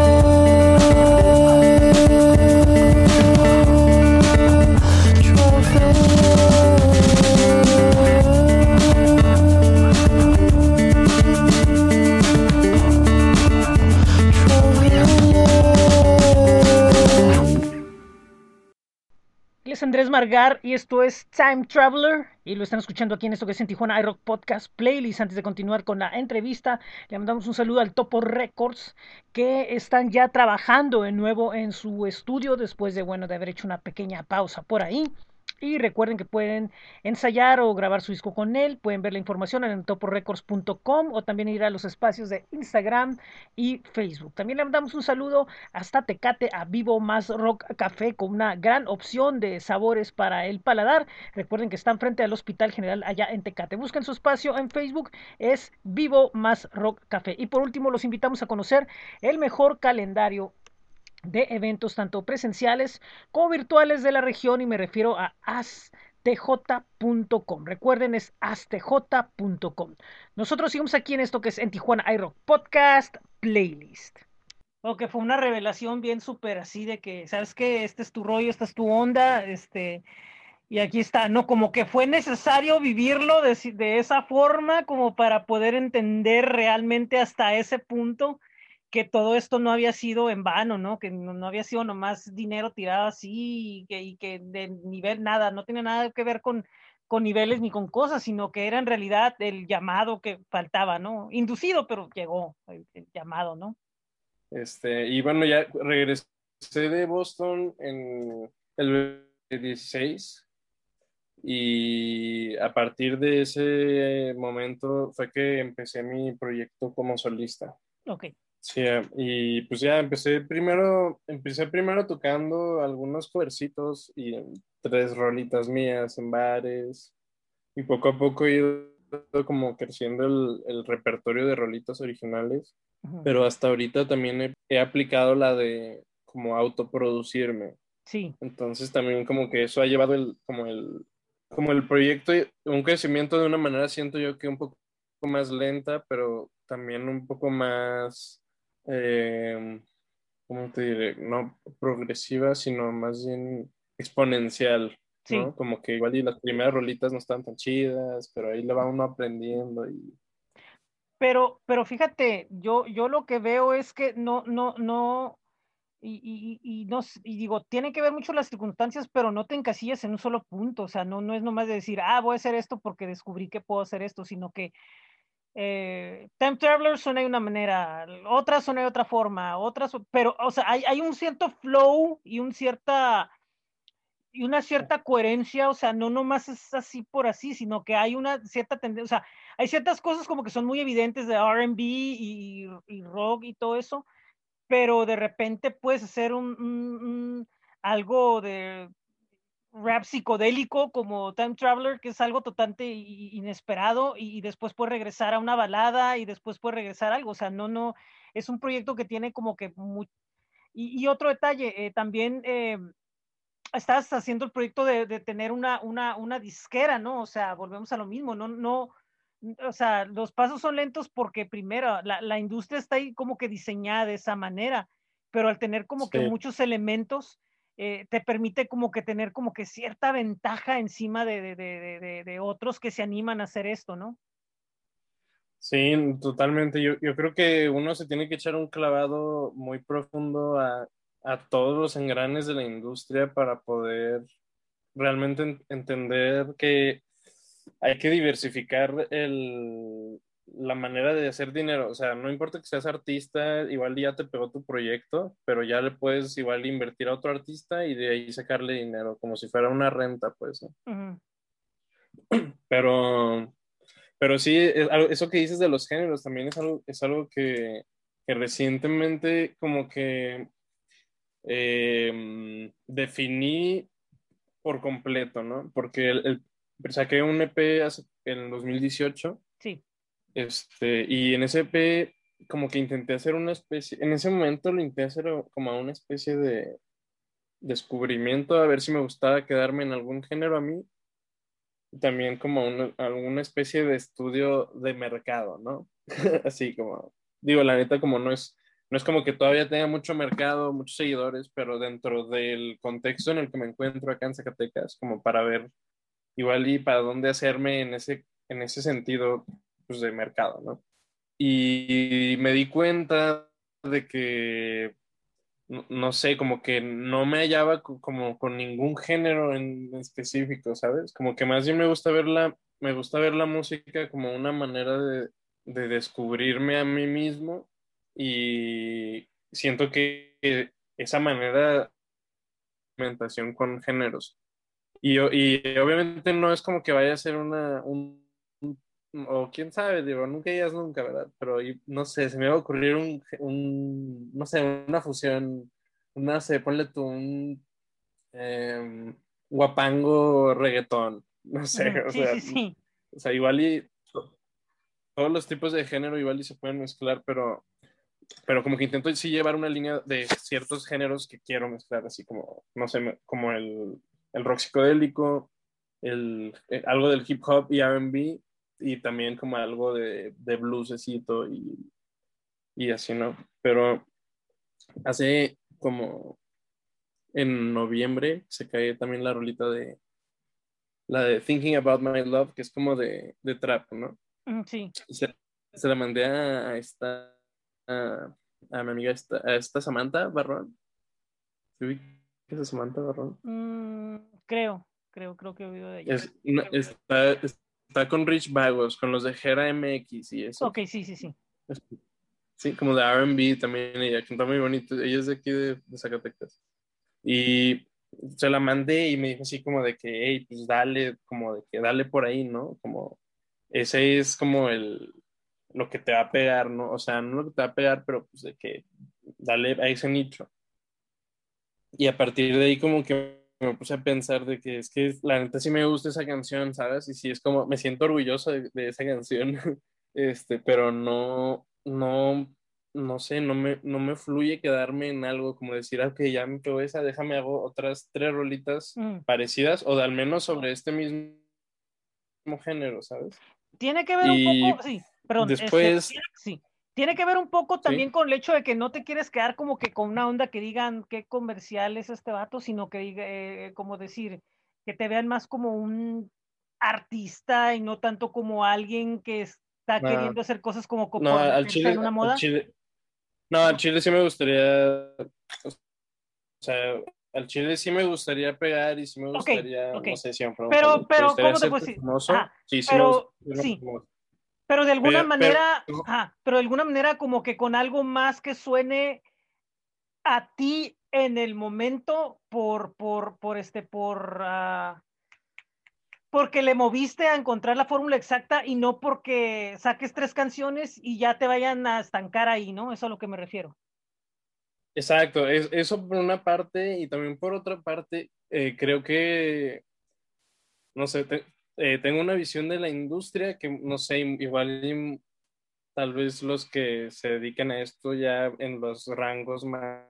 Les Andrés Margar y esto es Time Traveler y lo están escuchando aquí en esto que es en Tijuana iRock Podcast Playlist. Antes de continuar con la entrevista, le mandamos un saludo al Topo Records que están ya trabajando de nuevo en su estudio después de, bueno, de haber hecho una pequeña pausa por ahí. Y recuerden que pueden ensayar o grabar su disco con él. Pueden ver la información en topo records punto com o también ir a los espacios de Instagram y Facebook. También le mandamos un saludo hasta Tecate a Vivo Más Rock Café con una gran opción de sabores para el paladar. Recuerden que están frente al Hospital General allá en Tecate. Busquen su espacio en Facebook, es Vivo Más Rock Café. Y por último, los invitamos a conocer el mejor calendario de eventos tanto presenciales como virtuales de la región y me refiero a astj punto com. Recuerden, es astj punto com. Nosotros seguimos aquí en esto que es en Tijuana iRock Podcast Playlist. Ok, fue una revelación bien súper así de que, ¿sabes qué? Este es tu rollo, esta es tu onda, este, y aquí está, ¿no? Como que fue necesario vivirlo de, de esa forma como para poder entender realmente hasta ese punto que todo esto no había sido en vano, ¿no? Que no, no había sido nomás dinero tirado así y que, y que de nivel nada, no tiene nada que ver con, con niveles ni con cosas, sino que era en realidad el llamado que faltaba, ¿no? Inducido, pero llegó el, el llamado, ¿no? Este, y bueno, ya regresé de Boston en el dieciséis y a partir de ese momento fue que empecé mi proyecto como solista. Ok. Sí, y pues ya empecé primero, empecé primero tocando algunos covercitos y tres rolitas mías en bares y poco a poco he ido como creciendo el, el repertorio de rolitas originales, uh-huh. Pero hasta ahorita también he, he aplicado la de como autoproducirme. Sí. Entonces también como que eso ha llevado el, como el, como el proyecto, un crecimiento de una manera siento yo que un poco más lenta, pero también un poco más... Eh, ¿cómo te diré? No progresiva, sino más bien exponencial, ¿no? Sí. Como que igual y las primeras rolitas no están tan chidas, pero ahí le va uno aprendiendo y... Pero, pero fíjate, yo, yo lo que veo es que no, no, no, y, y, y, no, y digo, tiene que ver mucho las circunstancias, pero no te encasillas en un solo punto, o sea, no, no es nomás de decir, ah, voy a hacer esto porque descubrí que puedo hacer esto, sino que Eh, Time Traveler suena de una manera, otras suena de otra forma, otras, pero, o sea, hay, hay un cierto flow y un cierta y una cierta coherencia, o sea, no nomás es así por así, sino que hay una cierta tendencia, o sea, hay ciertas cosas como que son muy evidentes de R and B y, y rock y todo eso, pero de repente puedes hacer un, un, un algo de rap psicodélico como Time Traveler, que es algo totalmente inesperado, y, y después puede regresar a una balada y después puede regresar a algo, o sea, no, no, es un proyecto que tiene como que muy... Y, y otro detalle, eh, también eh, estás haciendo el proyecto de, de tener una, una, una disquera, ¿no? O sea, volvemos a lo mismo, no, no, o sea, los pasos son lentos porque primero, la, la industria está ahí como que diseñada de esa manera, pero al tener como sí. que muchos elementos, eh, te permite como que tener como que cierta ventaja encima de, de, de, de, de otros que se animan a hacer esto, ¿no? Sí, totalmente. Yo, yo creo que uno se tiene que echar un clavado muy profundo a, a todos los engranes de la industria para poder realmente en, entender que hay que diversificar el, la manera de hacer dinero. O sea, no importa que seas artista, igual ya te pegó tu proyecto, pero ya le puedes igual invertir a otro artista y de ahí sacarle dinero, como si fuera una renta, pues. ¿No? Uh-huh. Pero, pero sí, eso que dices de los géneros también es algo, es algo que, que recientemente como que eh, definí por completo, ¿no? Porque el, el, saqué un E P hace, en el dos mil dieciocho. Sí. Este, y en ese E P como que intenté hacer una especie, en ese momento lo intenté hacer como una especie de descubrimiento, a ver si me gustaba quedarme en algún género a mí. Y también como una, alguna especie de estudio de mercado, ¿no? Así como, digo, la neta como no es... No es como que todavía tenga mucho mercado, muchos seguidores, pero dentro del contexto en el que me encuentro acá en Zacatecas, como para ver igual y para dónde hacerme en ese, en ese sentido pues, de mercado, ¿no? Y me di cuenta de que no, no sé, como que no me hallaba co- como con ningún género en específico, ¿sabes? Como que más bien me gusta ver la, me gusta ver la música como una manera de, de descubrirme a mí mismo y siento que esa manera de experimentación con géneros. Y, o- y obviamente no es como que vaya a ser una, un, un- o quién sabe, digo, nunca digas nunca, ¿verdad? Pero y- no sé, se me va a ocurrir un, un no sé, una fusión, no sé, ponle tú un em, guapango reggaetón, no sé, Ujú, o sí, sea, sí, sí. o sea, igual y todos los tipos de género igual y se pueden mezclar, pero, pero como que intento sí llevar una línea de ciertos géneros que quiero mezclar, así como, no sé, me- como el, el rock psicodélico, el, eh, algo del hip hop y R and B, y también como algo de, de bluesecito y, y así, ¿no? Pero hace como en noviembre se cae también la rolita de la de Thinking About My Love, que es como de, de trap, ¿no? Mm, sí. Se, se la mandé a, a esta, a, a mi amiga, esta, a esta Samantha Barrón. ¿Sí ubicas a Samantha Barrón? Mm, creo, creo, creo que he oído de ella. Es, una- está, está con Rich Vagos, con los de Gera M X y Ok, esos. sí, sí, sí. Sí, como de R and B también, ella canta muy bonito. Ella es de aquí de, de Zacatecas. Y se la mandé y me dijo así como de que, hey, pues dale, como de que dale por ahí, ¿no? Como ese es como el, lo que te va a pegar, ¿no? O sea, no lo que te va a pegar, pero pues de que dale a ese nicho. Y a partir de ahí como que me puse a pensar de que es que la neta sí me gusta esa canción, ¿sabes? Y sí es como, me siento orgulloso de, de esa canción, este, pero no, no, no sé, no me, no me fluye quedarme en algo como decir, ah, ok, ya me pegó esa, déjame hago otras tres rolitas Mm. parecidas o de al menos sobre este mismo género, ¿sabes? Tiene que ver un poco, Y sí, perdón, este, después, sí. Tiene que ver un poco sí, también con el hecho de que no te quieres quedar como que con una onda que digan qué comercial es este vato, sino que diga, eh, como decir, que te vean más como un artista y no tanto como alguien que está no, queriendo hacer cosas como co- no, por al meterse en chile, una al moda. chile, no, al chile sí me gustaría, o sea, al chile sí me gustaría pegar y sí me Ok, gustaría, ok. no sé si me preguntan, Pero, ¿te pero, gustaría ¿cómo te puedo hacerte decir? famoso? Ajá, Sí, sí me pero, gustaría ser sí, famoso. pero de alguna Pero, pero, manera, ajá, pero de alguna manera como que con algo más que suene a ti en el momento por, por, por este, por, uh, porque le moviste a encontrar la fórmula exacta y no porque saques tres canciones y ya te vayan a estancar ahí, ¿no? Eso es a lo que me refiero. exacto, es, eso por una parte y también por otra parte, eh, creo que, no sé, te- eh, tengo una visión de la industria que, no sé, igual y tal vez los que se dedican a esto ya en los rangos más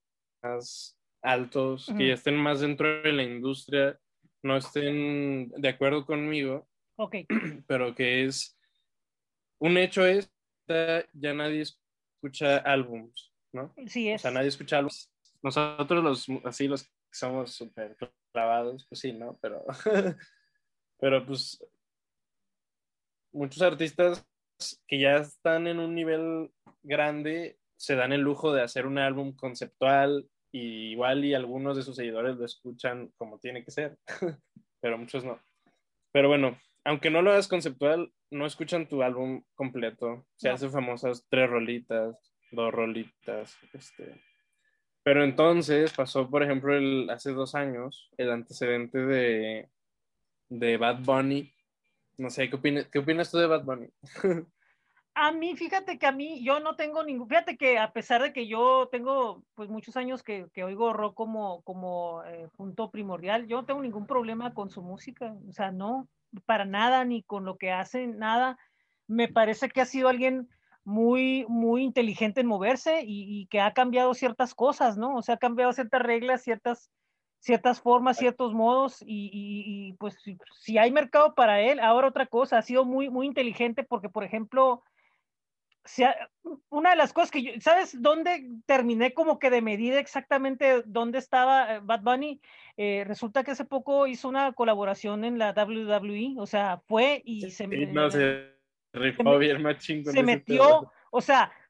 altos, que ya Ujú. estén más dentro de la industria, no estén de acuerdo conmigo, Ok, pero que es un hecho es que ya nadie escucha álbums, ¿no? sí O sea, es. nadie escucha álbums. Nosotros los así los que somos súper clavados, pues sí, ¿no? Pero pero pues muchos artistas que ya están en un nivel grande se dan el lujo de hacer un álbum conceptual y igual y algunos de sus seguidores lo escuchan como tiene que ser, pero muchos no. Pero bueno, aunque no lo hagas conceptual, no escuchan tu álbum completo. Se No. hacen famosas tres rolitas, dos rolitas, este. Pero entonces pasó, por ejemplo, el, hace dos años, el antecedente de, de Bad Bunny. No sé, ¿qué opinas, ¿qué opinas tú de Bad Bunny? A mí, fíjate que a mí, yo no tengo ningún, fíjate que a pesar de que yo tengo pues muchos años que, que oigo rock como, como eh, punto primordial, yo no tengo ningún problema con su música, o sea, no, para nada, ni con lo que hace, nada. Me parece que ha sido alguien muy, muy inteligente en moverse y, y que ha cambiado ciertas cosas, ¿no? O sea, ha cambiado ciertas reglas, ciertas, ciertas formas, ciertos modos y, y, y pues si, si hay mercado para él, ahora otra cosa, ha sido muy, muy inteligente porque, por ejemplo, sea, una de las cosas que yo, ¿sabes dónde terminé como que de medir exactamente dónde estaba eh, Bad Bunny? Eh, resulta que hace poco hizo una colaboración en la W W E, o sea, fue y Sí, se, no, me, se se, rifó me, bien machín con se ese pedo. metió, o sea,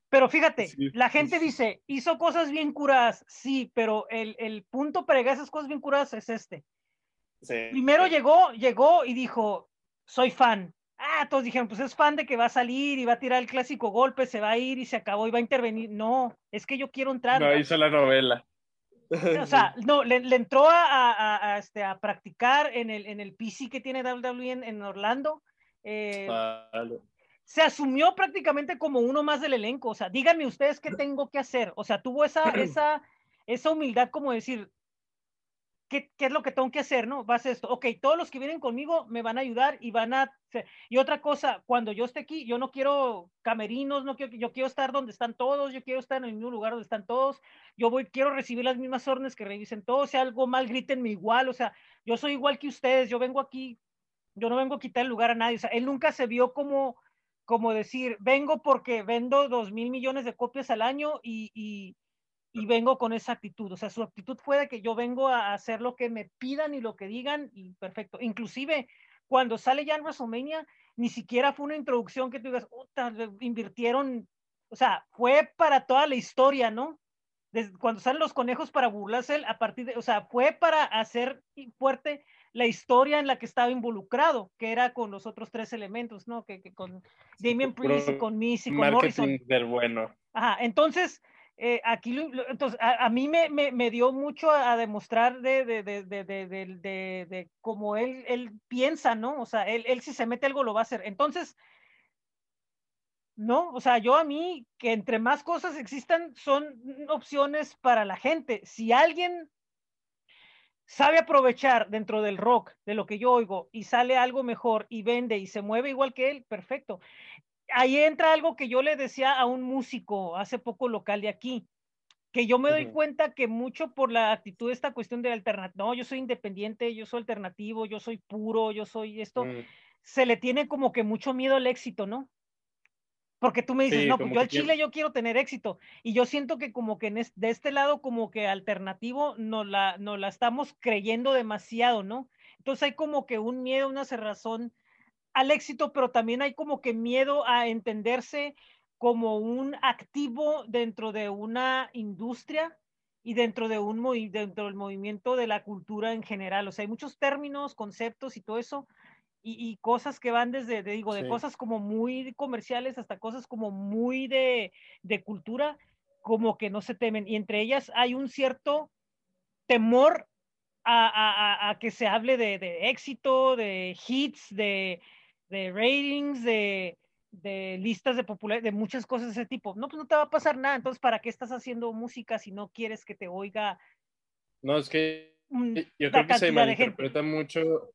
Pero fíjate, Sí. la gente dice, hizo cosas bien curadas, sí, pero el, el punto para llegar a esas cosas bien curadas es este. Sí. Primero llegó, llegó y dijo, soy fan. Ah, todos dijeron, pues es fan de que va a salir y va a tirar el clásico golpe, se va a ir y se acabó y va a intervenir. No, es que yo quiero entrar. No hizo la novela. O sea, no, le, le entró a, a, a, este, a practicar en el, en el P C que tiene W W E en, en Orlando. Eh, Vale. se asumió prácticamente como uno más del elenco. O sea, díganme ustedes qué tengo que hacer. O sea, tuvo esa, esa, esa humildad como decir, ¿Qué, ¿qué es lo que tengo que hacer? ¿No? Va a ser esto. Ok, todos los que vienen conmigo me van a ayudar y van a... Y otra cosa, cuando yo esté aquí, yo no quiero camerinos, no quiero, yo quiero estar donde están todos, yo quiero estar en el mismo lugar donde están todos, yo voy, quiero recibir las mismas órdenes que revisen todos, si algo mal, grítenme igual, o sea, yo soy igual que ustedes, yo vengo aquí, yo no vengo a quitar el lugar a nadie, o sea, él nunca se vio como, como decir, vengo porque vendo dos mil millones de copias al año y, y y vengo con esa actitud. O sea, su actitud fue de que yo vengo a hacer lo que me pidan y lo que digan y perfecto. Inclusive, cuando sale ya en WrestleMania, ni siquiera fue una introducción que tú digas, puta, invirtieron, o sea, fue para toda la historia, ¿no? Desde cuando salen los conejos para burlarse, a partir de, o sea, fue para hacer fuerte la historia en la que estaba involucrado, que era con los otros tres elementos, ¿no? Que, que con Damian Priest y con Miz y con Marketing Morrison. del bueno. Ajá, entonces, eh, aquí lo, lo, entonces, a, a mí me, me, me, dio mucho a, a demostrar de, de, de, de, de, de, de, de cómo él, él piensa, ¿no? O sea, él, él si se mete algo lo va a hacer. Entonces, no, o sea, yo a mí, que entre más cosas existan, son opciones para la gente. Si alguien sabe aprovechar dentro del rock, de lo que yo oigo, y sale algo mejor y vende y se mueve igual que él, perfecto. Ahí entra algo que yo le decía a un músico hace poco local de aquí, que yo me doy Uh-huh. cuenta que mucho por la actitud de esta cuestión de alternativo, no, yo soy independiente, yo soy alternativo, yo soy puro, yo soy esto, Mm. se le tiene como que mucho miedo al éxito, ¿no? Porque tú me dices, Sí, no, pues como yo que al Chile tiene... yo quiero tener éxito. Y yo siento que como que en es, de este lado como que alternativo nos la, nos la estamos creyendo demasiado, ¿no? Entonces hay como que un miedo, una cerrazón al éxito, pero también hay como que miedo a entenderse como un activo dentro de una industria y dentro de un dentro del movimiento de la cultura en general. O sea, hay muchos términos, conceptos y todo eso, y, y cosas que van desde, de, digo, de Sí. cosas como muy comerciales hasta cosas como muy de, de cultura, como que no se temen. Y entre ellas hay un cierto temor a, a, a, que se hable de, de éxito, de hits, de, de ratings, de, de listas de popularidad, de muchas cosas de ese tipo. No, pues no te va a pasar nada. Entonces, ¿para qué estás haciendo música si no quieres que te oiga No, es que yo la creo que se cantidad de gente? malinterpreta mucho.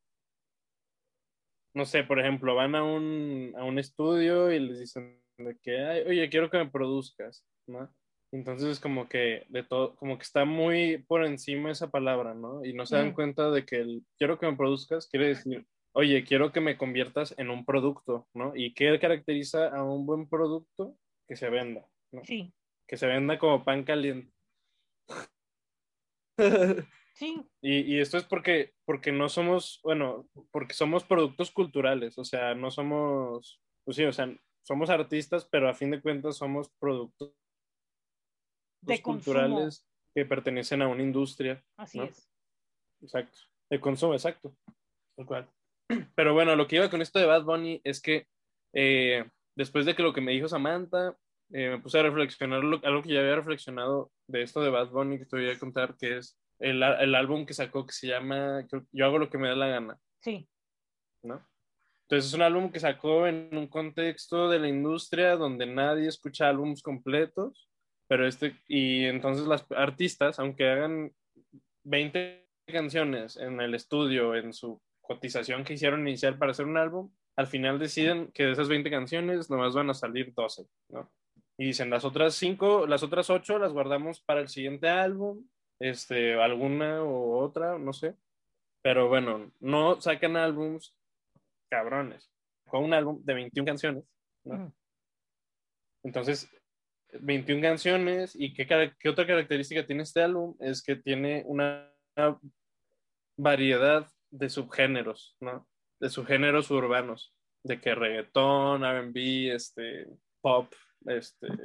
No sé, por ejemplo, van a un, a un estudio y les dicen de que, "Ay, oye, quiero que me produzcas, ¿no?" Entonces es como que de todo, como que está muy por encima esa palabra, ¿no? Y no se dan Mm. cuenta de que el quiero que me produzcas quiere decir, oye, quiero que me conviertas en un producto, ¿no? ¿Y qué caracteriza a un buen producto? Que se venda, ¿no? Sí, Que se venda como pan caliente. sí, Y, y esto es porque, porque no somos, bueno, porque somos productos culturales, o sea, no somos, pues sí, o sea, somos artistas, pero a fin de cuentas somos productos de consumo, culturales que pertenecen a una industria, así ¿no? es. Exacto. De consumo, exacto. Tal cual. Pero bueno, lo que iba con esto de Bad Bunny es que eh, después de que lo que me dijo Samantha, eh, me puse a reflexionar lo, algo que ya había reflexionado de esto de Bad Bunny que te voy a contar, que es el, el álbum que sacó que se llama Yo hago lo que me da la gana, Sí, ¿no? Entonces es un álbum que sacó en un contexto de la industria donde nadie escucha álbumes completos, pero este, y entonces las artistas, aunque hagan veinte canciones en el estudio, en su cotización que hicieron inicial para hacer un álbum, al final deciden que de esas veinte canciones nomás van a salir doce, ¿no? Y dicen, las otras cinco, las otras ocho las guardamos para el siguiente álbum, este, alguna u otra, no sé. Pero bueno, no sacan álbums cabrones. Con un álbum de veintiuna canciones, ¿no? mm. Entonces, veintiuna canciones, ¿y qué, qué otra característica tiene este álbum? Es que tiene una variedad de subgéneros, ¿no? De subgéneros urbanos, de que reggaetón, R and B, este, pop, este,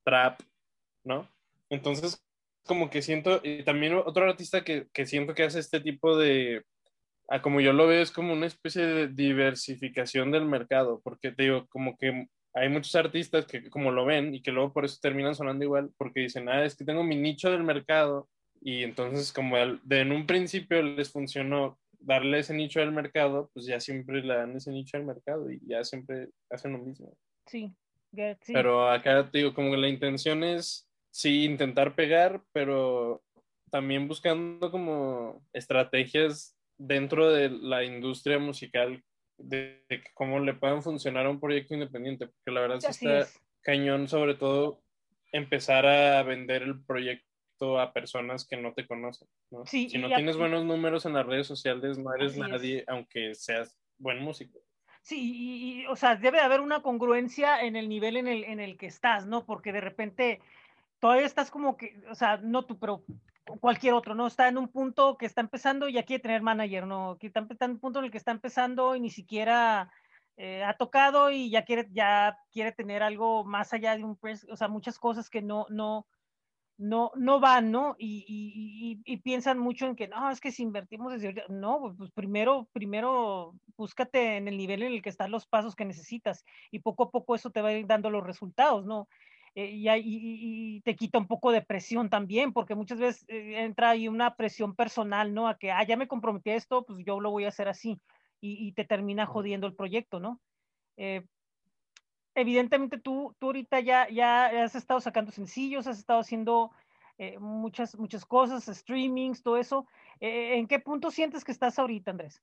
trap, ¿no? Entonces, como que siento, y también otro artista que, que siento que hace este tipo de, a como yo lo veo, es como una especie de diversificación del mercado, porque te digo, como que hay muchos artistas que como lo ven y que luego por eso terminan sonando igual, porque dicen, ah, es que tengo mi nicho del mercado, y entonces como el- de en un principio les funcionó darle ese nicho del mercado, pues ya siempre le dan ese nicho del mercado y ya siempre hacen lo mismo. Sí, ya, sí. Pero acá te digo, como que la intención es, sí, intentar pegar, pero también buscando como estrategias dentro de la industria musical de, de que cómo le puedan funcionar a un proyecto independiente, porque la verdad sí Así está es. cañón, sobre todo empezar a vender el proyecto a personas que no te conocen, ¿no? Sí, Si y, no a- tienes y- buenos números en las redes sociales, no eres así es. nadie, aunque seas buen músico. Sí, y, y, o sea, debe de haber una congruencia en el nivel en el, en el que estás, ¿no? Porque de repente todavía estás como que, o sea, no tú, pero cualquier otro, ¿no? Está en un punto que está empezando y ya quiere tener manager, ¿no? Que está está en un punto en el que está empezando y ni siquiera eh, ha tocado y ya quiere, ya quiere tener algo más allá de un, pres- o sea, muchas cosas que no, no, no, no van, ¿no? Y, y, y, y piensan mucho en que, no, es que si invertimos desde ahorita, no, pues pues primero, primero búscate en el nivel en el que están los pasos que necesitas y poco a poco eso te va a ir dando los resultados, ¿no? Eh, y, ahí- y- y te quita un poco de presión también, porque muchas veces eh, entra ahí una presión personal, ¿no? A que, ah, ya me comprometí a esto, pues yo lo voy a hacer así, y, y te termina jodiendo el proyecto, ¿no? Eh, Evidentemente tú, tú ahorita ya, ya has estado sacando sencillos, has estado haciendo eh, muchas, muchas cosas, streamings, todo eso. Eh, ¿en qué punto sientes que estás ahorita, Andrés?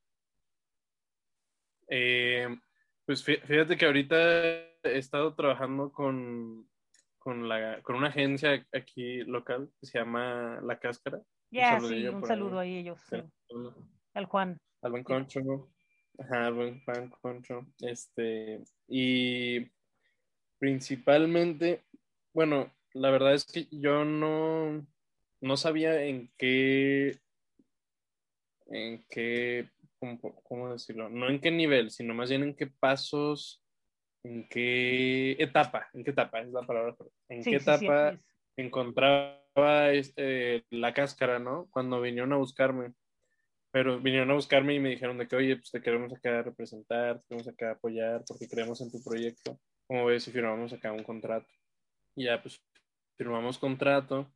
Eh, pues fí- fíjate que ahorita he estado trabajando con, con, la, con una agencia aquí local que se llama La Cáscara. Un Ya, sí, saludillo un por saludo ahí. a ellos, Sí. sí, al Juan. Al buen Sí, Concho. Ajá, al buen Juan Concho. Este, y principalmente, bueno, la verdad es que yo no, no sabía en qué, en qué, ¿cómo, cómo decirlo? No en qué nivel, sino más bien en qué pasos. ¿En qué etapa? ¿En qué etapa? Es la palabra. ¿En qué sí, sí, sí, etapa es- encontraba este, la cáscara, ¿no? Cuando vinieron a buscarme. Pero vinieron a buscarme y me dijeron de que, oye, pues te queremos acá representar, te queremos acá apoyar porque creemos en tu proyecto. Como ves, si firmamos acá un contrato. Y ya, pues firmamos contrato.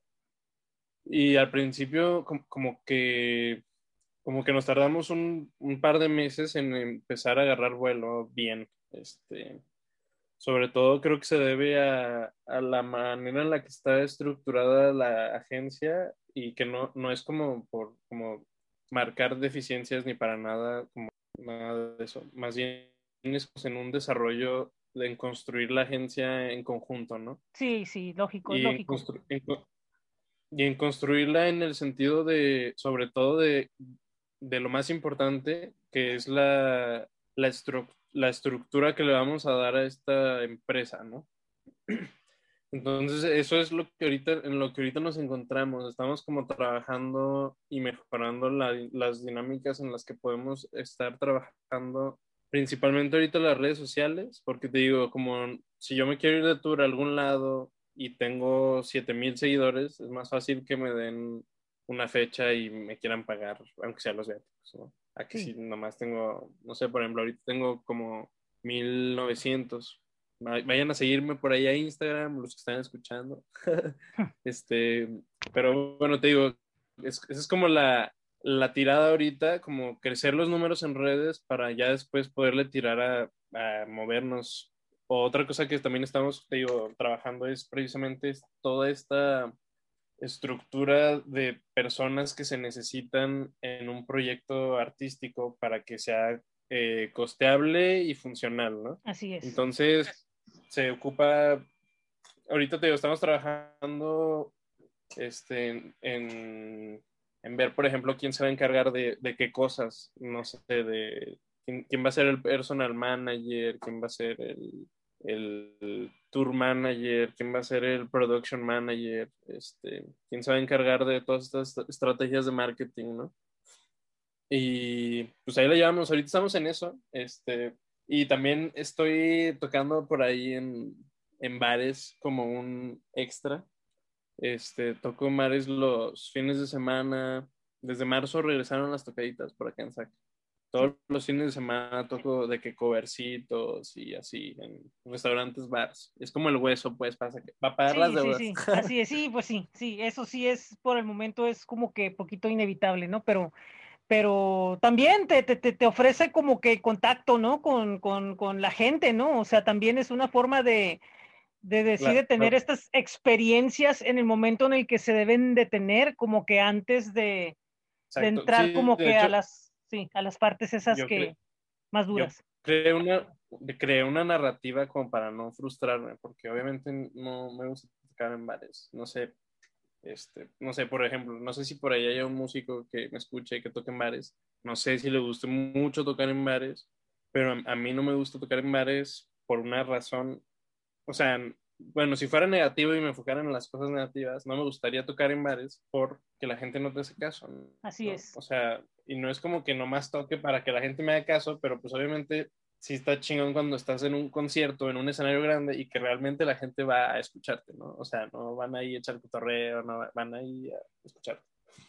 Y al principio, como, como que, como que nos tardamos un, un par de meses en empezar a agarrar vuelo bien. Este, Sobre todo creo que se debe a, a la manera en la que está estructurada la agencia y que no, no es como por como marcar deficiencias ni para nada, como nada de eso. Más bien es pues, en un desarrollo de en construir la agencia en conjunto, ¿no? sí, sí, lógico, es Y en, lógico. constru- en co- y en construirla en el sentido de, sobre todo de, de lo más importante, que es la, la, estru- la estructura que le vamos a dar a esta empresa, ¿no? Entonces, eso es lo que ahorita, en lo que ahorita nos encontramos. Estamos como trabajando y mejorando la- las dinámicas en las que podemos estar trabajando, principalmente ahorita las redes sociales, porque te digo, como si yo me quiero ir de tour a algún lado y tengo siete mil seguidores, es más fácil que me den una fecha y me quieran pagar, aunque sea los viáticos, ¿no? A que Sí, si nomás tengo, no sé, por ejemplo, ahorita tengo como mil novecientos. Vayan a seguirme por ahí a Instagram, los que están escuchando. Este, pero bueno, te digo, es, esa es como la, la tirada ahorita, como crecer los números en redes para ya después poderle tirar a, a movernos. Otra cosa que también estamos, te digo, trabajando es precisamente es toda esta estructura de personas que se necesitan en un proyecto artístico para que sea eh, costeable y funcional, ¿no? así es. Entonces, se ocupa, ahorita te digo, estamos trabajando este, en, en ver, por ejemplo, quién se va a encargar de, de qué cosas, no sé, de quién, quién, va a ser el personal manager, quién va a ser el, el tour manager, quién va a ser el production manager, este, quién se va a encargar de todas estas estrategias de marketing, ¿no? Y pues ahí la llevamos, ahorita estamos en eso, este, y también estoy tocando por ahí en, en bares como un extra. Este, toco en bares los fines de semana. Desde marzo regresaron las tocaditas por acá en Sac. Sí, Todos los fines de semana toco de que covercitos y así en restaurantes, bars. Es como el hueso, pues, para, para pagar las sí, sí, deudas. sí, así es, sí, pues sí, sí, eso sí es, por el momento es como que poquito inevitable, ¿no? Pero, pero también te, te, te te ofrece como que contacto, ¿no? Con, con, con la gente, ¿no? O sea, también es una forma de, de decir, de tener Claro, estas experiencias en el momento en el que se deben de tener, como que antes de, de exacto. entrar Sí, como de que a hecho, las, sí, a las partes esas yo, cre que más yo duras. creé una, creé una narrativa como para no frustrarme, porque obviamente no me gusta tocar en bares. No sé, este, no sé, por ejemplo, no sé si por ahí hay un músico que me escuche y que toque en bares. No sé si le guste mucho tocar en bares, pero a, a mí no me gusta tocar en bares por una razón. O sea, bueno, si fuera negativo y me enfocara en las cosas negativas, no me gustaría tocar en bares porque la gente no te hace caso, Así ¿no? es. O sea, y no es como que nomás toque para que la gente me haga caso, pero pues obviamente sí está chingón cuando estás en un concierto, en un escenario grande y que realmente la gente va a escucharte, ¿no? O sea, no van ahí a echar cotorreo, no van ahí a escucharte.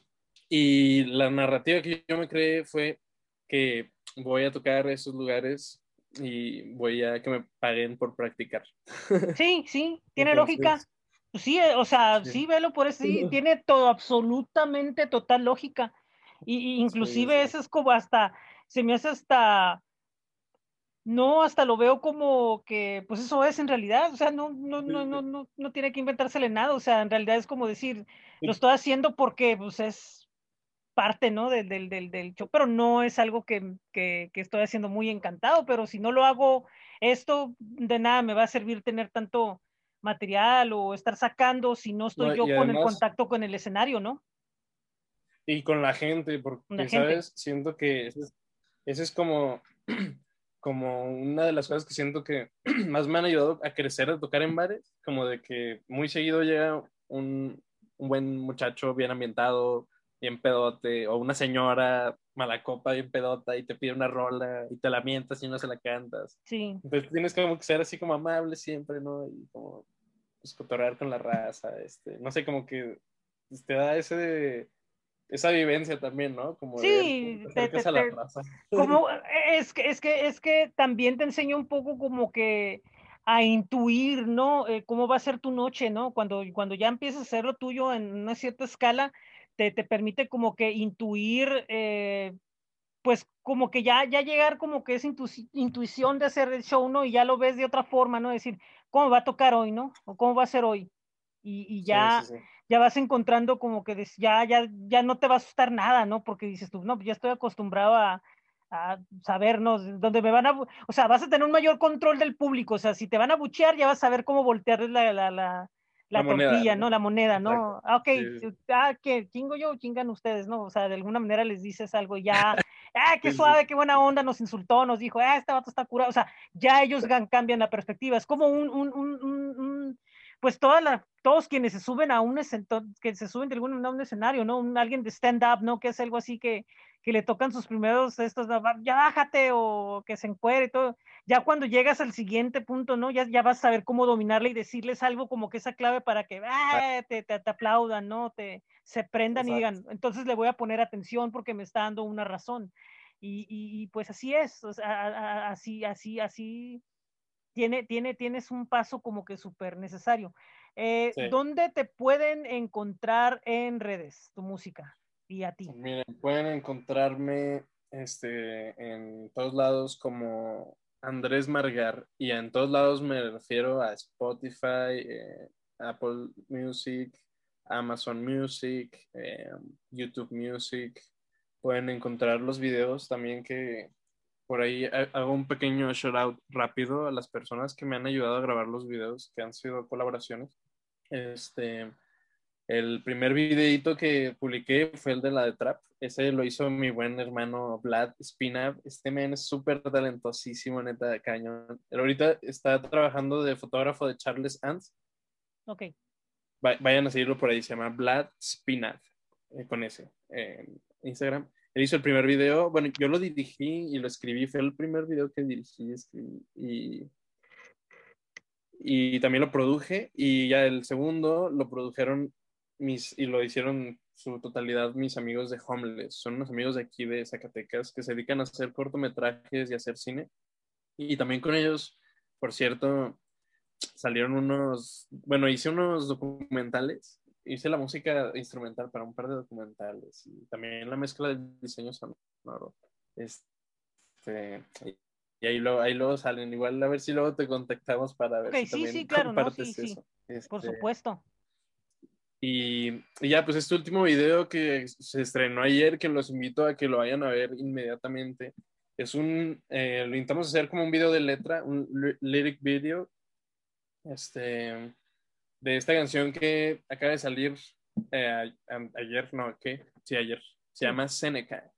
Y la narrativa que yo me creé fue que voy a tocar esos lugares y voy a que me paguen por practicar. Sí, sí, tiene lógica. Entonces, Pues sí, eh, o sea, sí. sí, velo por eso, sí, tiene todo, absolutamente total lógica. Y, y Sí, inclusive sí. eso es como hasta, se me hace hasta, no, hasta lo veo como que, pues eso es en realidad, o sea, no, no, no, no, no, no tiene que inventársele nada, o sea, en realidad es como decir, lo estoy haciendo porque, pues es parte, ¿no? Del, del, del, del show, pero no es algo que, que, que estoy haciendo muy encantado, pero si no lo hago, esto de nada me va a servir tener tanto material o estar sacando si no estoy No, yo y con el además, contacto con el escenario, ¿no? y con la gente, Con la porque, gente. ¿sabes? Siento que ese es, ese es como, como una de las cosas que siento que más me han ayudado a crecer, a tocar en bares, como de que muy seguido llega un, un buen muchacho bien ambientado, bien pedote, o una señora mala copa, bien pedota, y te pide una rola, y te la mientas y no se la cantas. Sí, Entonces tienes como que ser así como amable siempre, ¿no? Y como, pues, cotorrear con la raza, este, no sé, como que pues, te da ese esa vivencia también, ¿no? Como de ver cómo sí, te te, te, acercas a la te, raza. como, es que, es que, es que también te enseña un poco como que a intuir, ¿no? Eh, cómo va a ser tu noche, ¿no? Cuando, cuando ya empiezas a hacer lo tuyo en una cierta escala, te, te permite como que intuir, eh, pues como que ya, ya llegar como que esa intu intuición de hacer el show, ¿no? Y ya lo ves de otra forma, ¿no? Decir, ¿cómo va a tocar hoy, ¿no? O cómo va a ser hoy. Y, y Sí, sí, ya, sí. ya vas encontrando como que des, ya, ya, ya no te va a asustar nada, ¿no? Porque dices tú, no, pues ya estoy acostumbrado a, a saber, ¿no? Donde me van a, o sea, vas a tener un mayor control del público, o sea, si te van a buchear, ya vas a saber cómo voltear la, la, la, La la moneda, tortilla, ¿no? ¿no? La moneda, Exacto. ¿no? Ah, ok, Sí, sí, ah, que chingo yo, chingan ustedes, ¿no? O sea, de alguna manera les dices algo y ya, ah, qué sí, sí. suave, qué buena onda, nos insultó, nos dijo, ah, este vato está curado, o sea, ya ellos cambian la perspectiva, es como un, un, un, un, un pues toda la, todos quienes se suben a un escenario, que se suben de alguna manera a un escenario, ¿no? Un, alguien de stand-up, ¿no? Que es algo así que, que le tocan sus primeros, estos, ya bájate o que se encuere y todo. Ya cuando llegas al siguiente punto, ¿no? Ya, ya vas a saber cómo dominarle y decirles algo como que esa clave para que ah, te, te, te, aplaudan, ¿no? Te, se prendan y Exacto. digan, entonces le voy a poner atención porque me está dando una razón. Y, y, y pues así es, o sea, a, a, así, así, así tiene, tiene, tienes un paso como que súper necesario. Eh, Sí. ¿Dónde te pueden encontrar en redes tu música y a ti? Miren, pueden encontrarme este, en todos lados como Andrés Margar, y en todos lados me refiero a Spotify, eh, Apple Music, Amazon Music, eh, YouTube Music. Pueden encontrar los videos también que por ahí hago un pequeño shout out rápido a las personas que me han ayudado a grabar los videos, que han sido colaboraciones. Este, el primer videito que publiqué fue el de la de Trap. Ese lo hizo mi buen hermano Vlad Spinav. Este man es súper talentosísimo, neta, de cañón. Él ahorita está trabajando de fotógrafo de Charles Ants. Ok, Vayan a seguirlo por ahí, se llama Vlad Spinav, eh, con ese, eh, en Instagram. Él hizo el primer video, bueno, yo lo dirigí y lo escribí, fue el primer video que dirigí y escribí. Y y también lo produje, y ya el segundo lo produjeron mis, y lo hicieron su totalidad mis amigos de Homeless. Son unos amigos de aquí de Zacatecas que se dedican a hacer cortometrajes y a hacer cine. Y también con ellos, por cierto, salieron unos, bueno, hice unos documentales, hice la música instrumental para un par de documentales y también la mezcla del diseño sonoro. Este, y ahí luego, ahí luego salen. Igual a ver si luego te contactamos para ver Ok, si sí, también sí, claro, ¿no? Sí, compartes sí, eso. por Este, supuesto. y, y ya, pues este último video que se estrenó ayer, que los invito a que lo vayan a ver inmediatamente, es un, eh, lo intentamos hacer como un video de letra, un lyric video, este, de esta canción que acaba de salir eh, a, a, ayer, no, ¿qué? Sí, ayer. Se Sí. llama Seneca.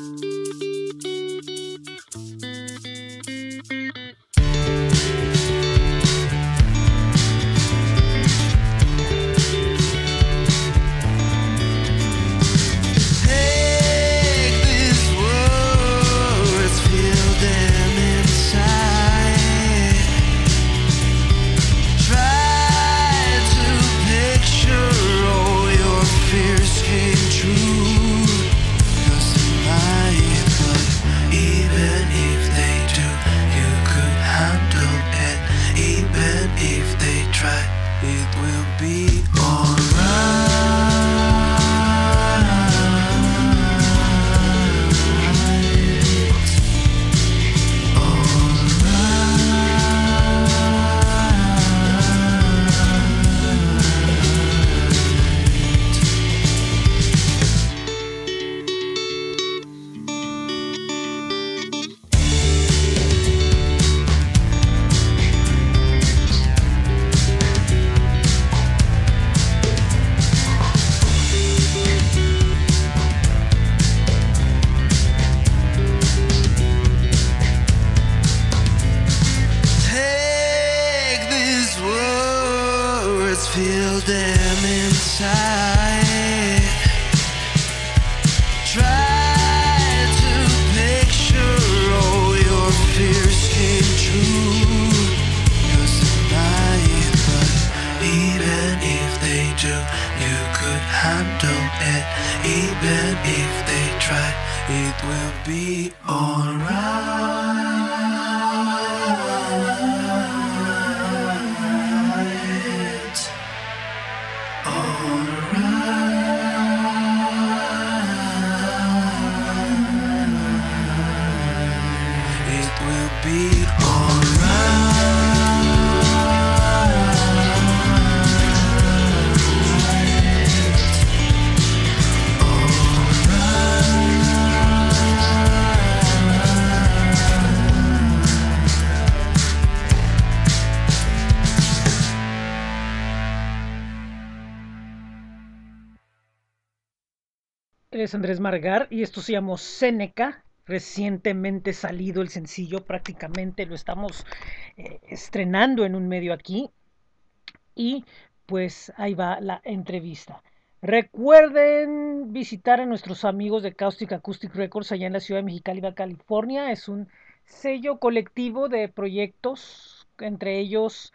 Es Andrés Margar y esto se llamó Seneca. Recientemente salido el sencillo, prácticamente lo estamos eh, estrenando en un medio aquí. Y pues ahí va la entrevista. Recuerden visitar a nuestros amigos de Caustic Acoustic Records allá en la ciudad de Mexicali, Baja California. Es un sello colectivo de proyectos, entre ellos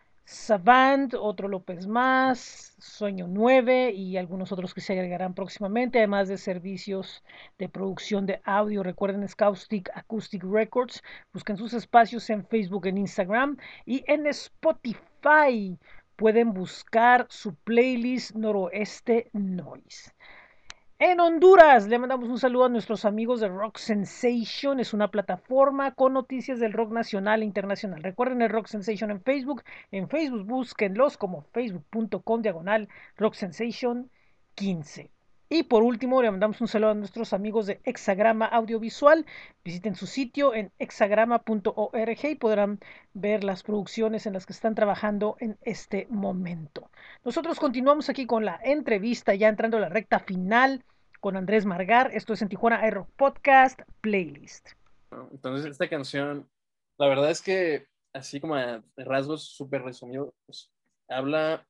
Savant, otro López Más, Sueño nueve y algunos otros que se agregarán próximamente, además de servicios de producción de audio. Recuerden Caustic Acoustic Records, busquen sus espacios en Facebook, en Instagram y en Spotify. Pueden buscar su playlist Noroeste Noise. En Honduras le mandamos un saludo a nuestros amigos de Rock Sensation. Es una plataforma con noticias del rock nacional e internacional. Recuerden el Rock Sensation en Facebook. En Facebook búsquenlos como facebook.com diagonal Rock Sensation quince. Y por último le mandamos un saludo a nuestros amigos de Hexagrama Audiovisual. Visiten su sitio en hexagrama punto org y podrán ver las producciones en las que están trabajando en este momento. Nosotros continuamos aquí con la entrevista, ya entrando a la recta final con Andrés Margar. Esto es en Tijuana iRock Podcast Playlist. Entonces esta canción, la verdad es que así como a rasgos súper resumidos, habla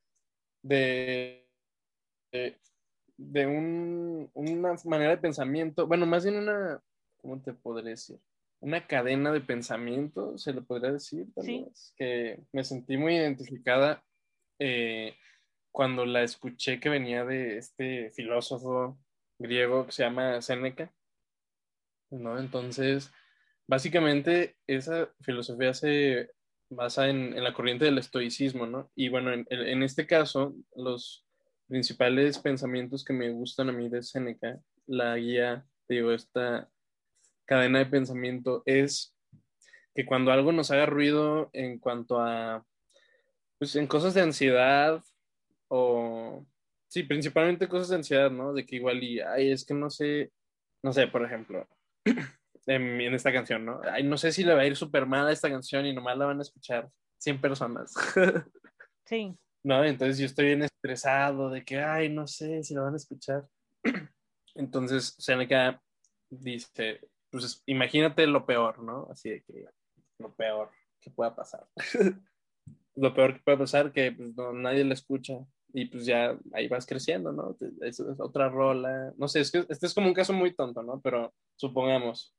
de, de, de un, una manera de pensamiento, bueno, más bien una, ¿cómo te podré decir? una cadena de pensamiento, se le podría decir, tal Sí. vez, que me sentí muy identificada eh, cuando la escuché que venía de este filósofo griego que se llama Séneca, ¿no? Entonces, básicamente esa filosofía se basa en, en la corriente del estoicismo, ¿no? Y bueno, en, en este caso, los principales pensamientos que me gustan a mí de Séneca, la guía, digo, esta cadena de pensamiento es que cuando algo nos haga ruido en cuanto a, pues en cosas de ansiedad o, sí, principalmente cosas de ansiedad, ¿no? De que igual y, ay, es que no sé, no sé, por ejemplo, en, en esta canción, ¿no? Ay, no sé si le va a ir súper mal a esta canción y nomás la van a escuchar cien personas. Sí, ¿No? Entonces yo estoy bien estresado de que, ay, no sé si la van a escuchar. Entonces Seneca dice, pues imagínate lo peor, ¿no? Así de que lo peor que pueda pasar. Lo peor que puede pasar que pues, no, nadie la escucha y pues ya ahí vas creciendo, ¿no? Es, es otra rola. No sé, es que este es como un caso muy tonto, ¿no? Pero supongamos,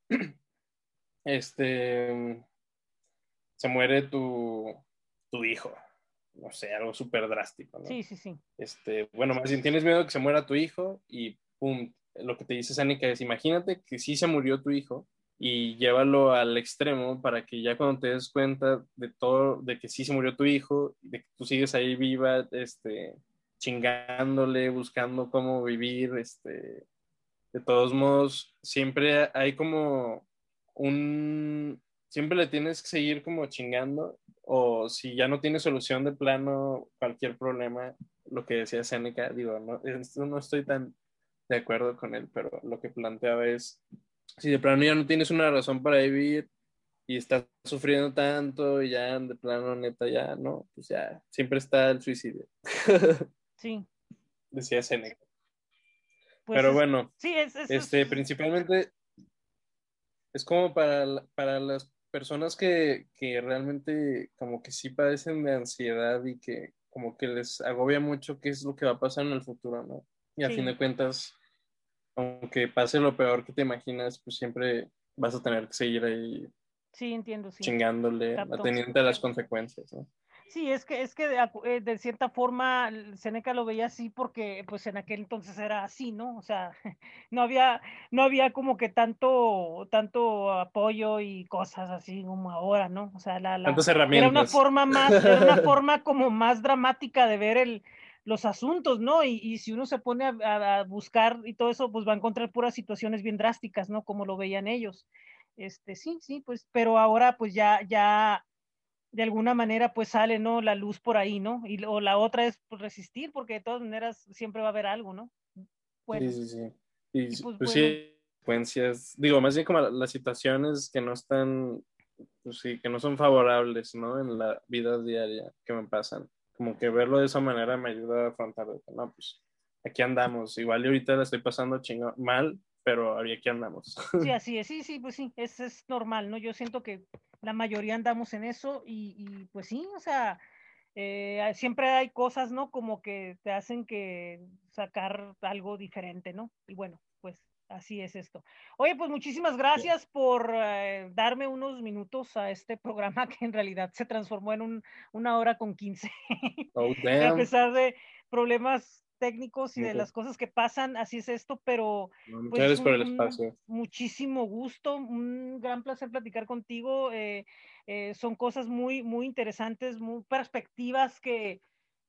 este, se muere tu, tu hijo, no sé, algo súper drástico, ¿no? sí, sí, sí. Este, bueno, más bien tienes miedo de que se muera tu hijo y pum, lo que te dice Sánica es, imagínate que sí se murió tu hijo y llévalo al extremo para que ya cuando te des cuenta de todo, de que sí se murió tu hijo, de que tú sigues ahí viva, este, chingándole, buscando cómo vivir, este, de todos modos, siempre hay como un, siempre le tienes que seguir como chingando, o si ya no tiene solución de plano cualquier problema, lo que decía Seneca, digo, no, esto no estoy tan de acuerdo con él, pero lo que planteaba es, si de plano ya no tienes una razón para vivir y estás sufriendo tanto y ya de plano neta ya no, pues ya, siempre está el suicidio, Sí, decía Seneca. pues Pero es, bueno, sí, es, es, este, es- principalmente es como para, para las personas que, que realmente como que sí padecen de ansiedad y que como que les agobia mucho qué es lo que va a pasar en el futuro, ¿no? Y a fin sí, de cuentas, aunque pase lo peor que te imaginas, pues siempre vas a tener que seguir ahí sí, entiendo, sí, chingándole, capto. atendiendo a las consecuencias, ¿no? Sí, es que, es que de, acu- eh, de cierta forma el Seneca lo veía así porque pues en aquel entonces era así, ¿no? O sea, no había, no había como que tanto, tanto apoyo y cosas así como ahora, ¿no? O sea, la, la, Tantas era una herramientas. forma más, era una forma como más dramática de ver el, los asuntos, ¿no? Y, y si uno se pone a, a- a buscar y todo eso, pues va a encontrar puras situaciones bien drásticas, ¿no? Como lo veían ellos. Este, sí, sí, pues, pero ahora pues ya, ya de alguna manera pues sale, ¿no? La luz por ahí, ¿no? Y, o la otra es pues, resistir, porque de todas maneras siempre va a haber algo, ¿no? Sí, Bueno, sí, sí. Y y pues pues bueno, sí, consecuencias, digo, más bien como las situaciones que no están, pues sí, que no son favorables, ¿no? En la vida diaria que me pasan. Como que verlo de esa manera me ayuda a afrontar, de que, no, pues aquí andamos. Igual y ahorita la estoy pasando chingo mal, pero aquí andamos. sí, así es, sí, sí, pues sí, es, es normal, ¿no? Yo siento que la mayoría andamos en eso y, y pues sí, o sea, eh, siempre hay cosas, ¿no? Como que te hacen que sacar algo diferente, ¿no? Y bueno, pues así es esto. Oye, pues muchísimas gracias por eh, darme unos minutos a este programa que en realidad se transformó en un, una hora con quince. Oh, A damn. pesar de problemas técnicos y de Muchas las cosas que pasan, así es esto, pero pues es gracias por un, el un espacio. muchísimo gusto, un gran placer platicar contigo. Eh, eh, son cosas muy, muy interesantes, muy perspectivas que,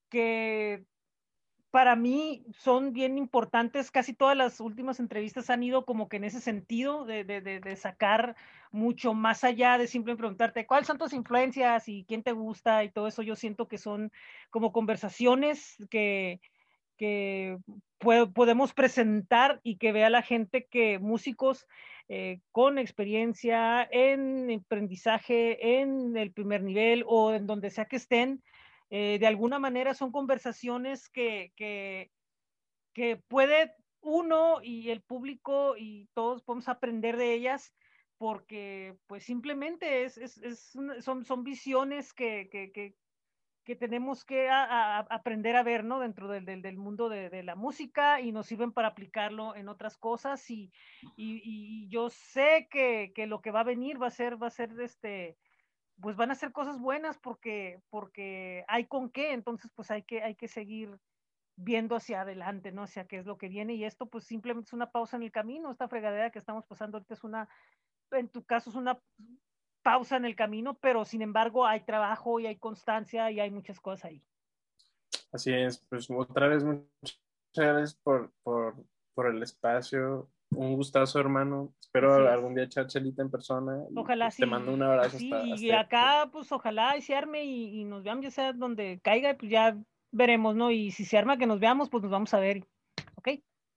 que para mí son bien importantes. Casi todas las últimas entrevistas han ido como que en ese sentido de, de, de, de sacar mucho más allá de simplemente preguntarte cuáles son tus influencias y quién te gusta y todo eso. Yo siento que son como conversaciones que, que podemos presentar y que vea la gente que músicos eh, con experiencia en aprendizaje en el primer nivel o en donde sea que estén, eh, de alguna manera son conversaciones que, que, que puede uno y el público y todos podemos aprender de ellas porque pues simplemente es, es, es son, son visiones que, que, que que tenemos que a, a, aprender a ver, ¿no? Dentro del, del, del mundo de, de, la música y nos sirven para aplicarlo en otras cosas y, y, y yo sé que, que, lo que va a venir va a ser, va a ser este, pues van a ser cosas buenas porque, porque hay con qué, entonces pues hay que, hay que seguir viendo hacia adelante, ¿no? Hacia qué es lo que viene y esto pues simplemente es una pausa en el camino, esta fregadera que estamos pasando ahorita es una, en tu caso es una pausa en el camino, pero sin embargo hay trabajo y hay constancia y hay muchas cosas ahí. Así es, pues otra vez muchas gracias por, por, por el espacio, un gustazo hermano, espero algún día echar chelita en persona. Ojalá pues, sí. Te mando un abrazo. Sí, hasta, y hasta acá pues ojalá y se arme y, y nos veamos ya sea donde caiga, pues ya veremos, ¿no? Y si se arma que nos veamos, pues nos vamos a ver, ¿ok?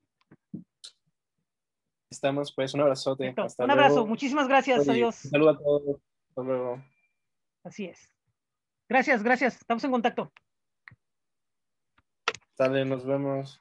Estamos, pues, un abrazote. Perfecto. Hasta un luego. abrazo, muchísimas gracias, Oye, adiós. Un saludo a todos, hasta luego. Así es. Gracias, gracias, estamos en contacto. Dale, nos vemos.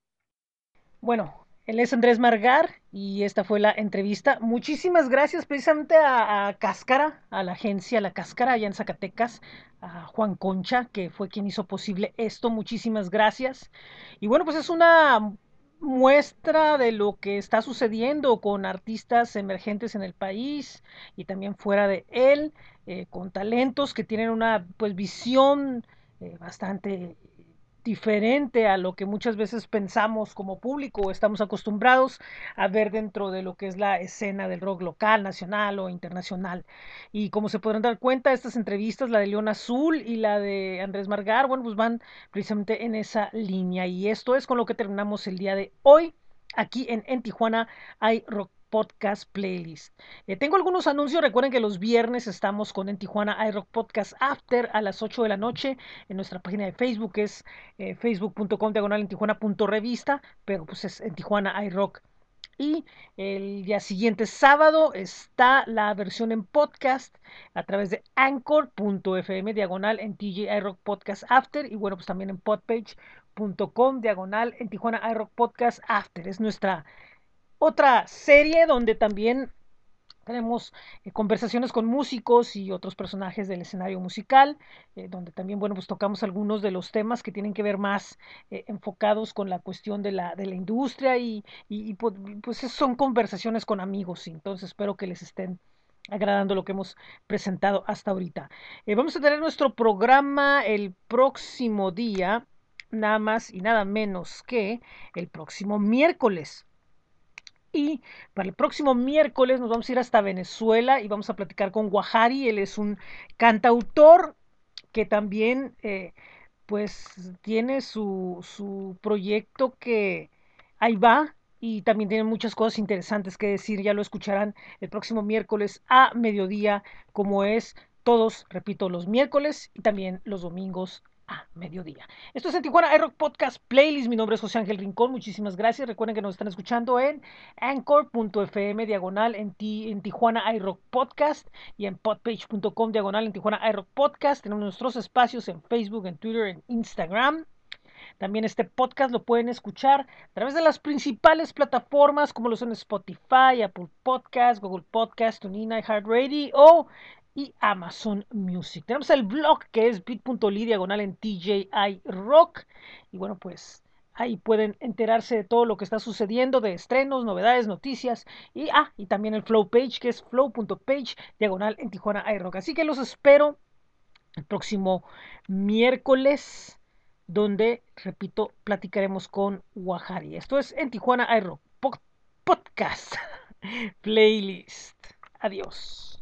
Bueno, él es Andrés Margar y esta fue la entrevista. Muchísimas gracias precisamente a, a Cáscara, a la agencia La Cáscara allá en Zacatecas, a Juan Concha, que fue quien hizo posible esto. Muchísimas gracias. Y bueno, pues es una muestra de lo que está sucediendo con artistas emergentes en el país y también fuera de él, eh, con talentos que tienen una pues visión eh, bastante diferente a lo que muchas veces pensamos como público o estamos acostumbrados a ver dentro de lo que es la escena del rock local, nacional o internacional. Y como se podrán dar cuenta, estas entrevistas, la de León Azul y la de Andrés Margar, bueno, pues van precisamente en esa línea. Y esto es con lo que terminamos el día de hoy. Aquí en, en Tijuana hay rock podcast playlist. Eh, tengo algunos anuncios. Recuerden que los viernes estamos con En Tijuana iRock Podcast After a las ocho de la noche en nuestra página de Facebook, es eh, facebook punto com diagonal en Tijuana punto revista, pero pues es En Tijuana iRock. Y el día siguiente, sábado, está la versión en podcast a través de anchor punto f m diagonal en T J iRock Podcast After. Y bueno, pues también en podpage punto com diagonal en Tijuana iRock Podcast After. Es nuestra otra serie donde también tenemos eh, conversaciones con músicos y otros personajes del escenario musical, eh, donde también, bueno, pues tocamos algunos de los temas que tienen que ver más eh, enfocados con la cuestión de la, de la industria y, y, y pues, pues son conversaciones con amigos, entonces espero que les estén agradando lo que hemos presentado hasta ahorita. Eh, vamos a tener nuestro programa el próximo día, nada más y nada menos que el próximo miércoles. Y para el próximo miércoles nos vamos a ir hasta Venezuela y vamos a platicar con Guajari. Él es un cantautor que también eh, pues tiene su, su proyecto que ahí va y también tiene muchas cosas interesantes que decir. Ya lo escucharán el próximo miércoles a mediodía, como es todos, repito, los miércoles y también los domingos a mediodía. Esto es en Tijuana iRock Podcast Playlist. Mi nombre es José Ángel Rincón. Muchísimas gracias. Recuerden que nos están escuchando en anchor punto f m diagonal en, ti, en Tijuana iRock Podcast y en podpage punto com diagonal en Tijuana iRock Podcast. Tenemos nuestros espacios en Facebook, en Twitter, en Instagram. También este podcast lo pueden escuchar a través de las principales plataformas como lo son Spotify, Apple Podcast, Google Podcast, TuneIn, iHeartRadio y Amazon Music. Tenemos el blog que es bit punto l y diagonal en T J I Rock. Y bueno, pues ahí pueden enterarse de todo lo que está sucediendo, de estrenos, novedades, noticias. Y, ah, y también el Flow Page, que es flow punto page diagonal en Tijuana iRock. Así que los espero el próximo miércoles, donde, repito, platicaremos con Guajari. Esto es en Tijuana iRock Podcast Playlist. Adiós.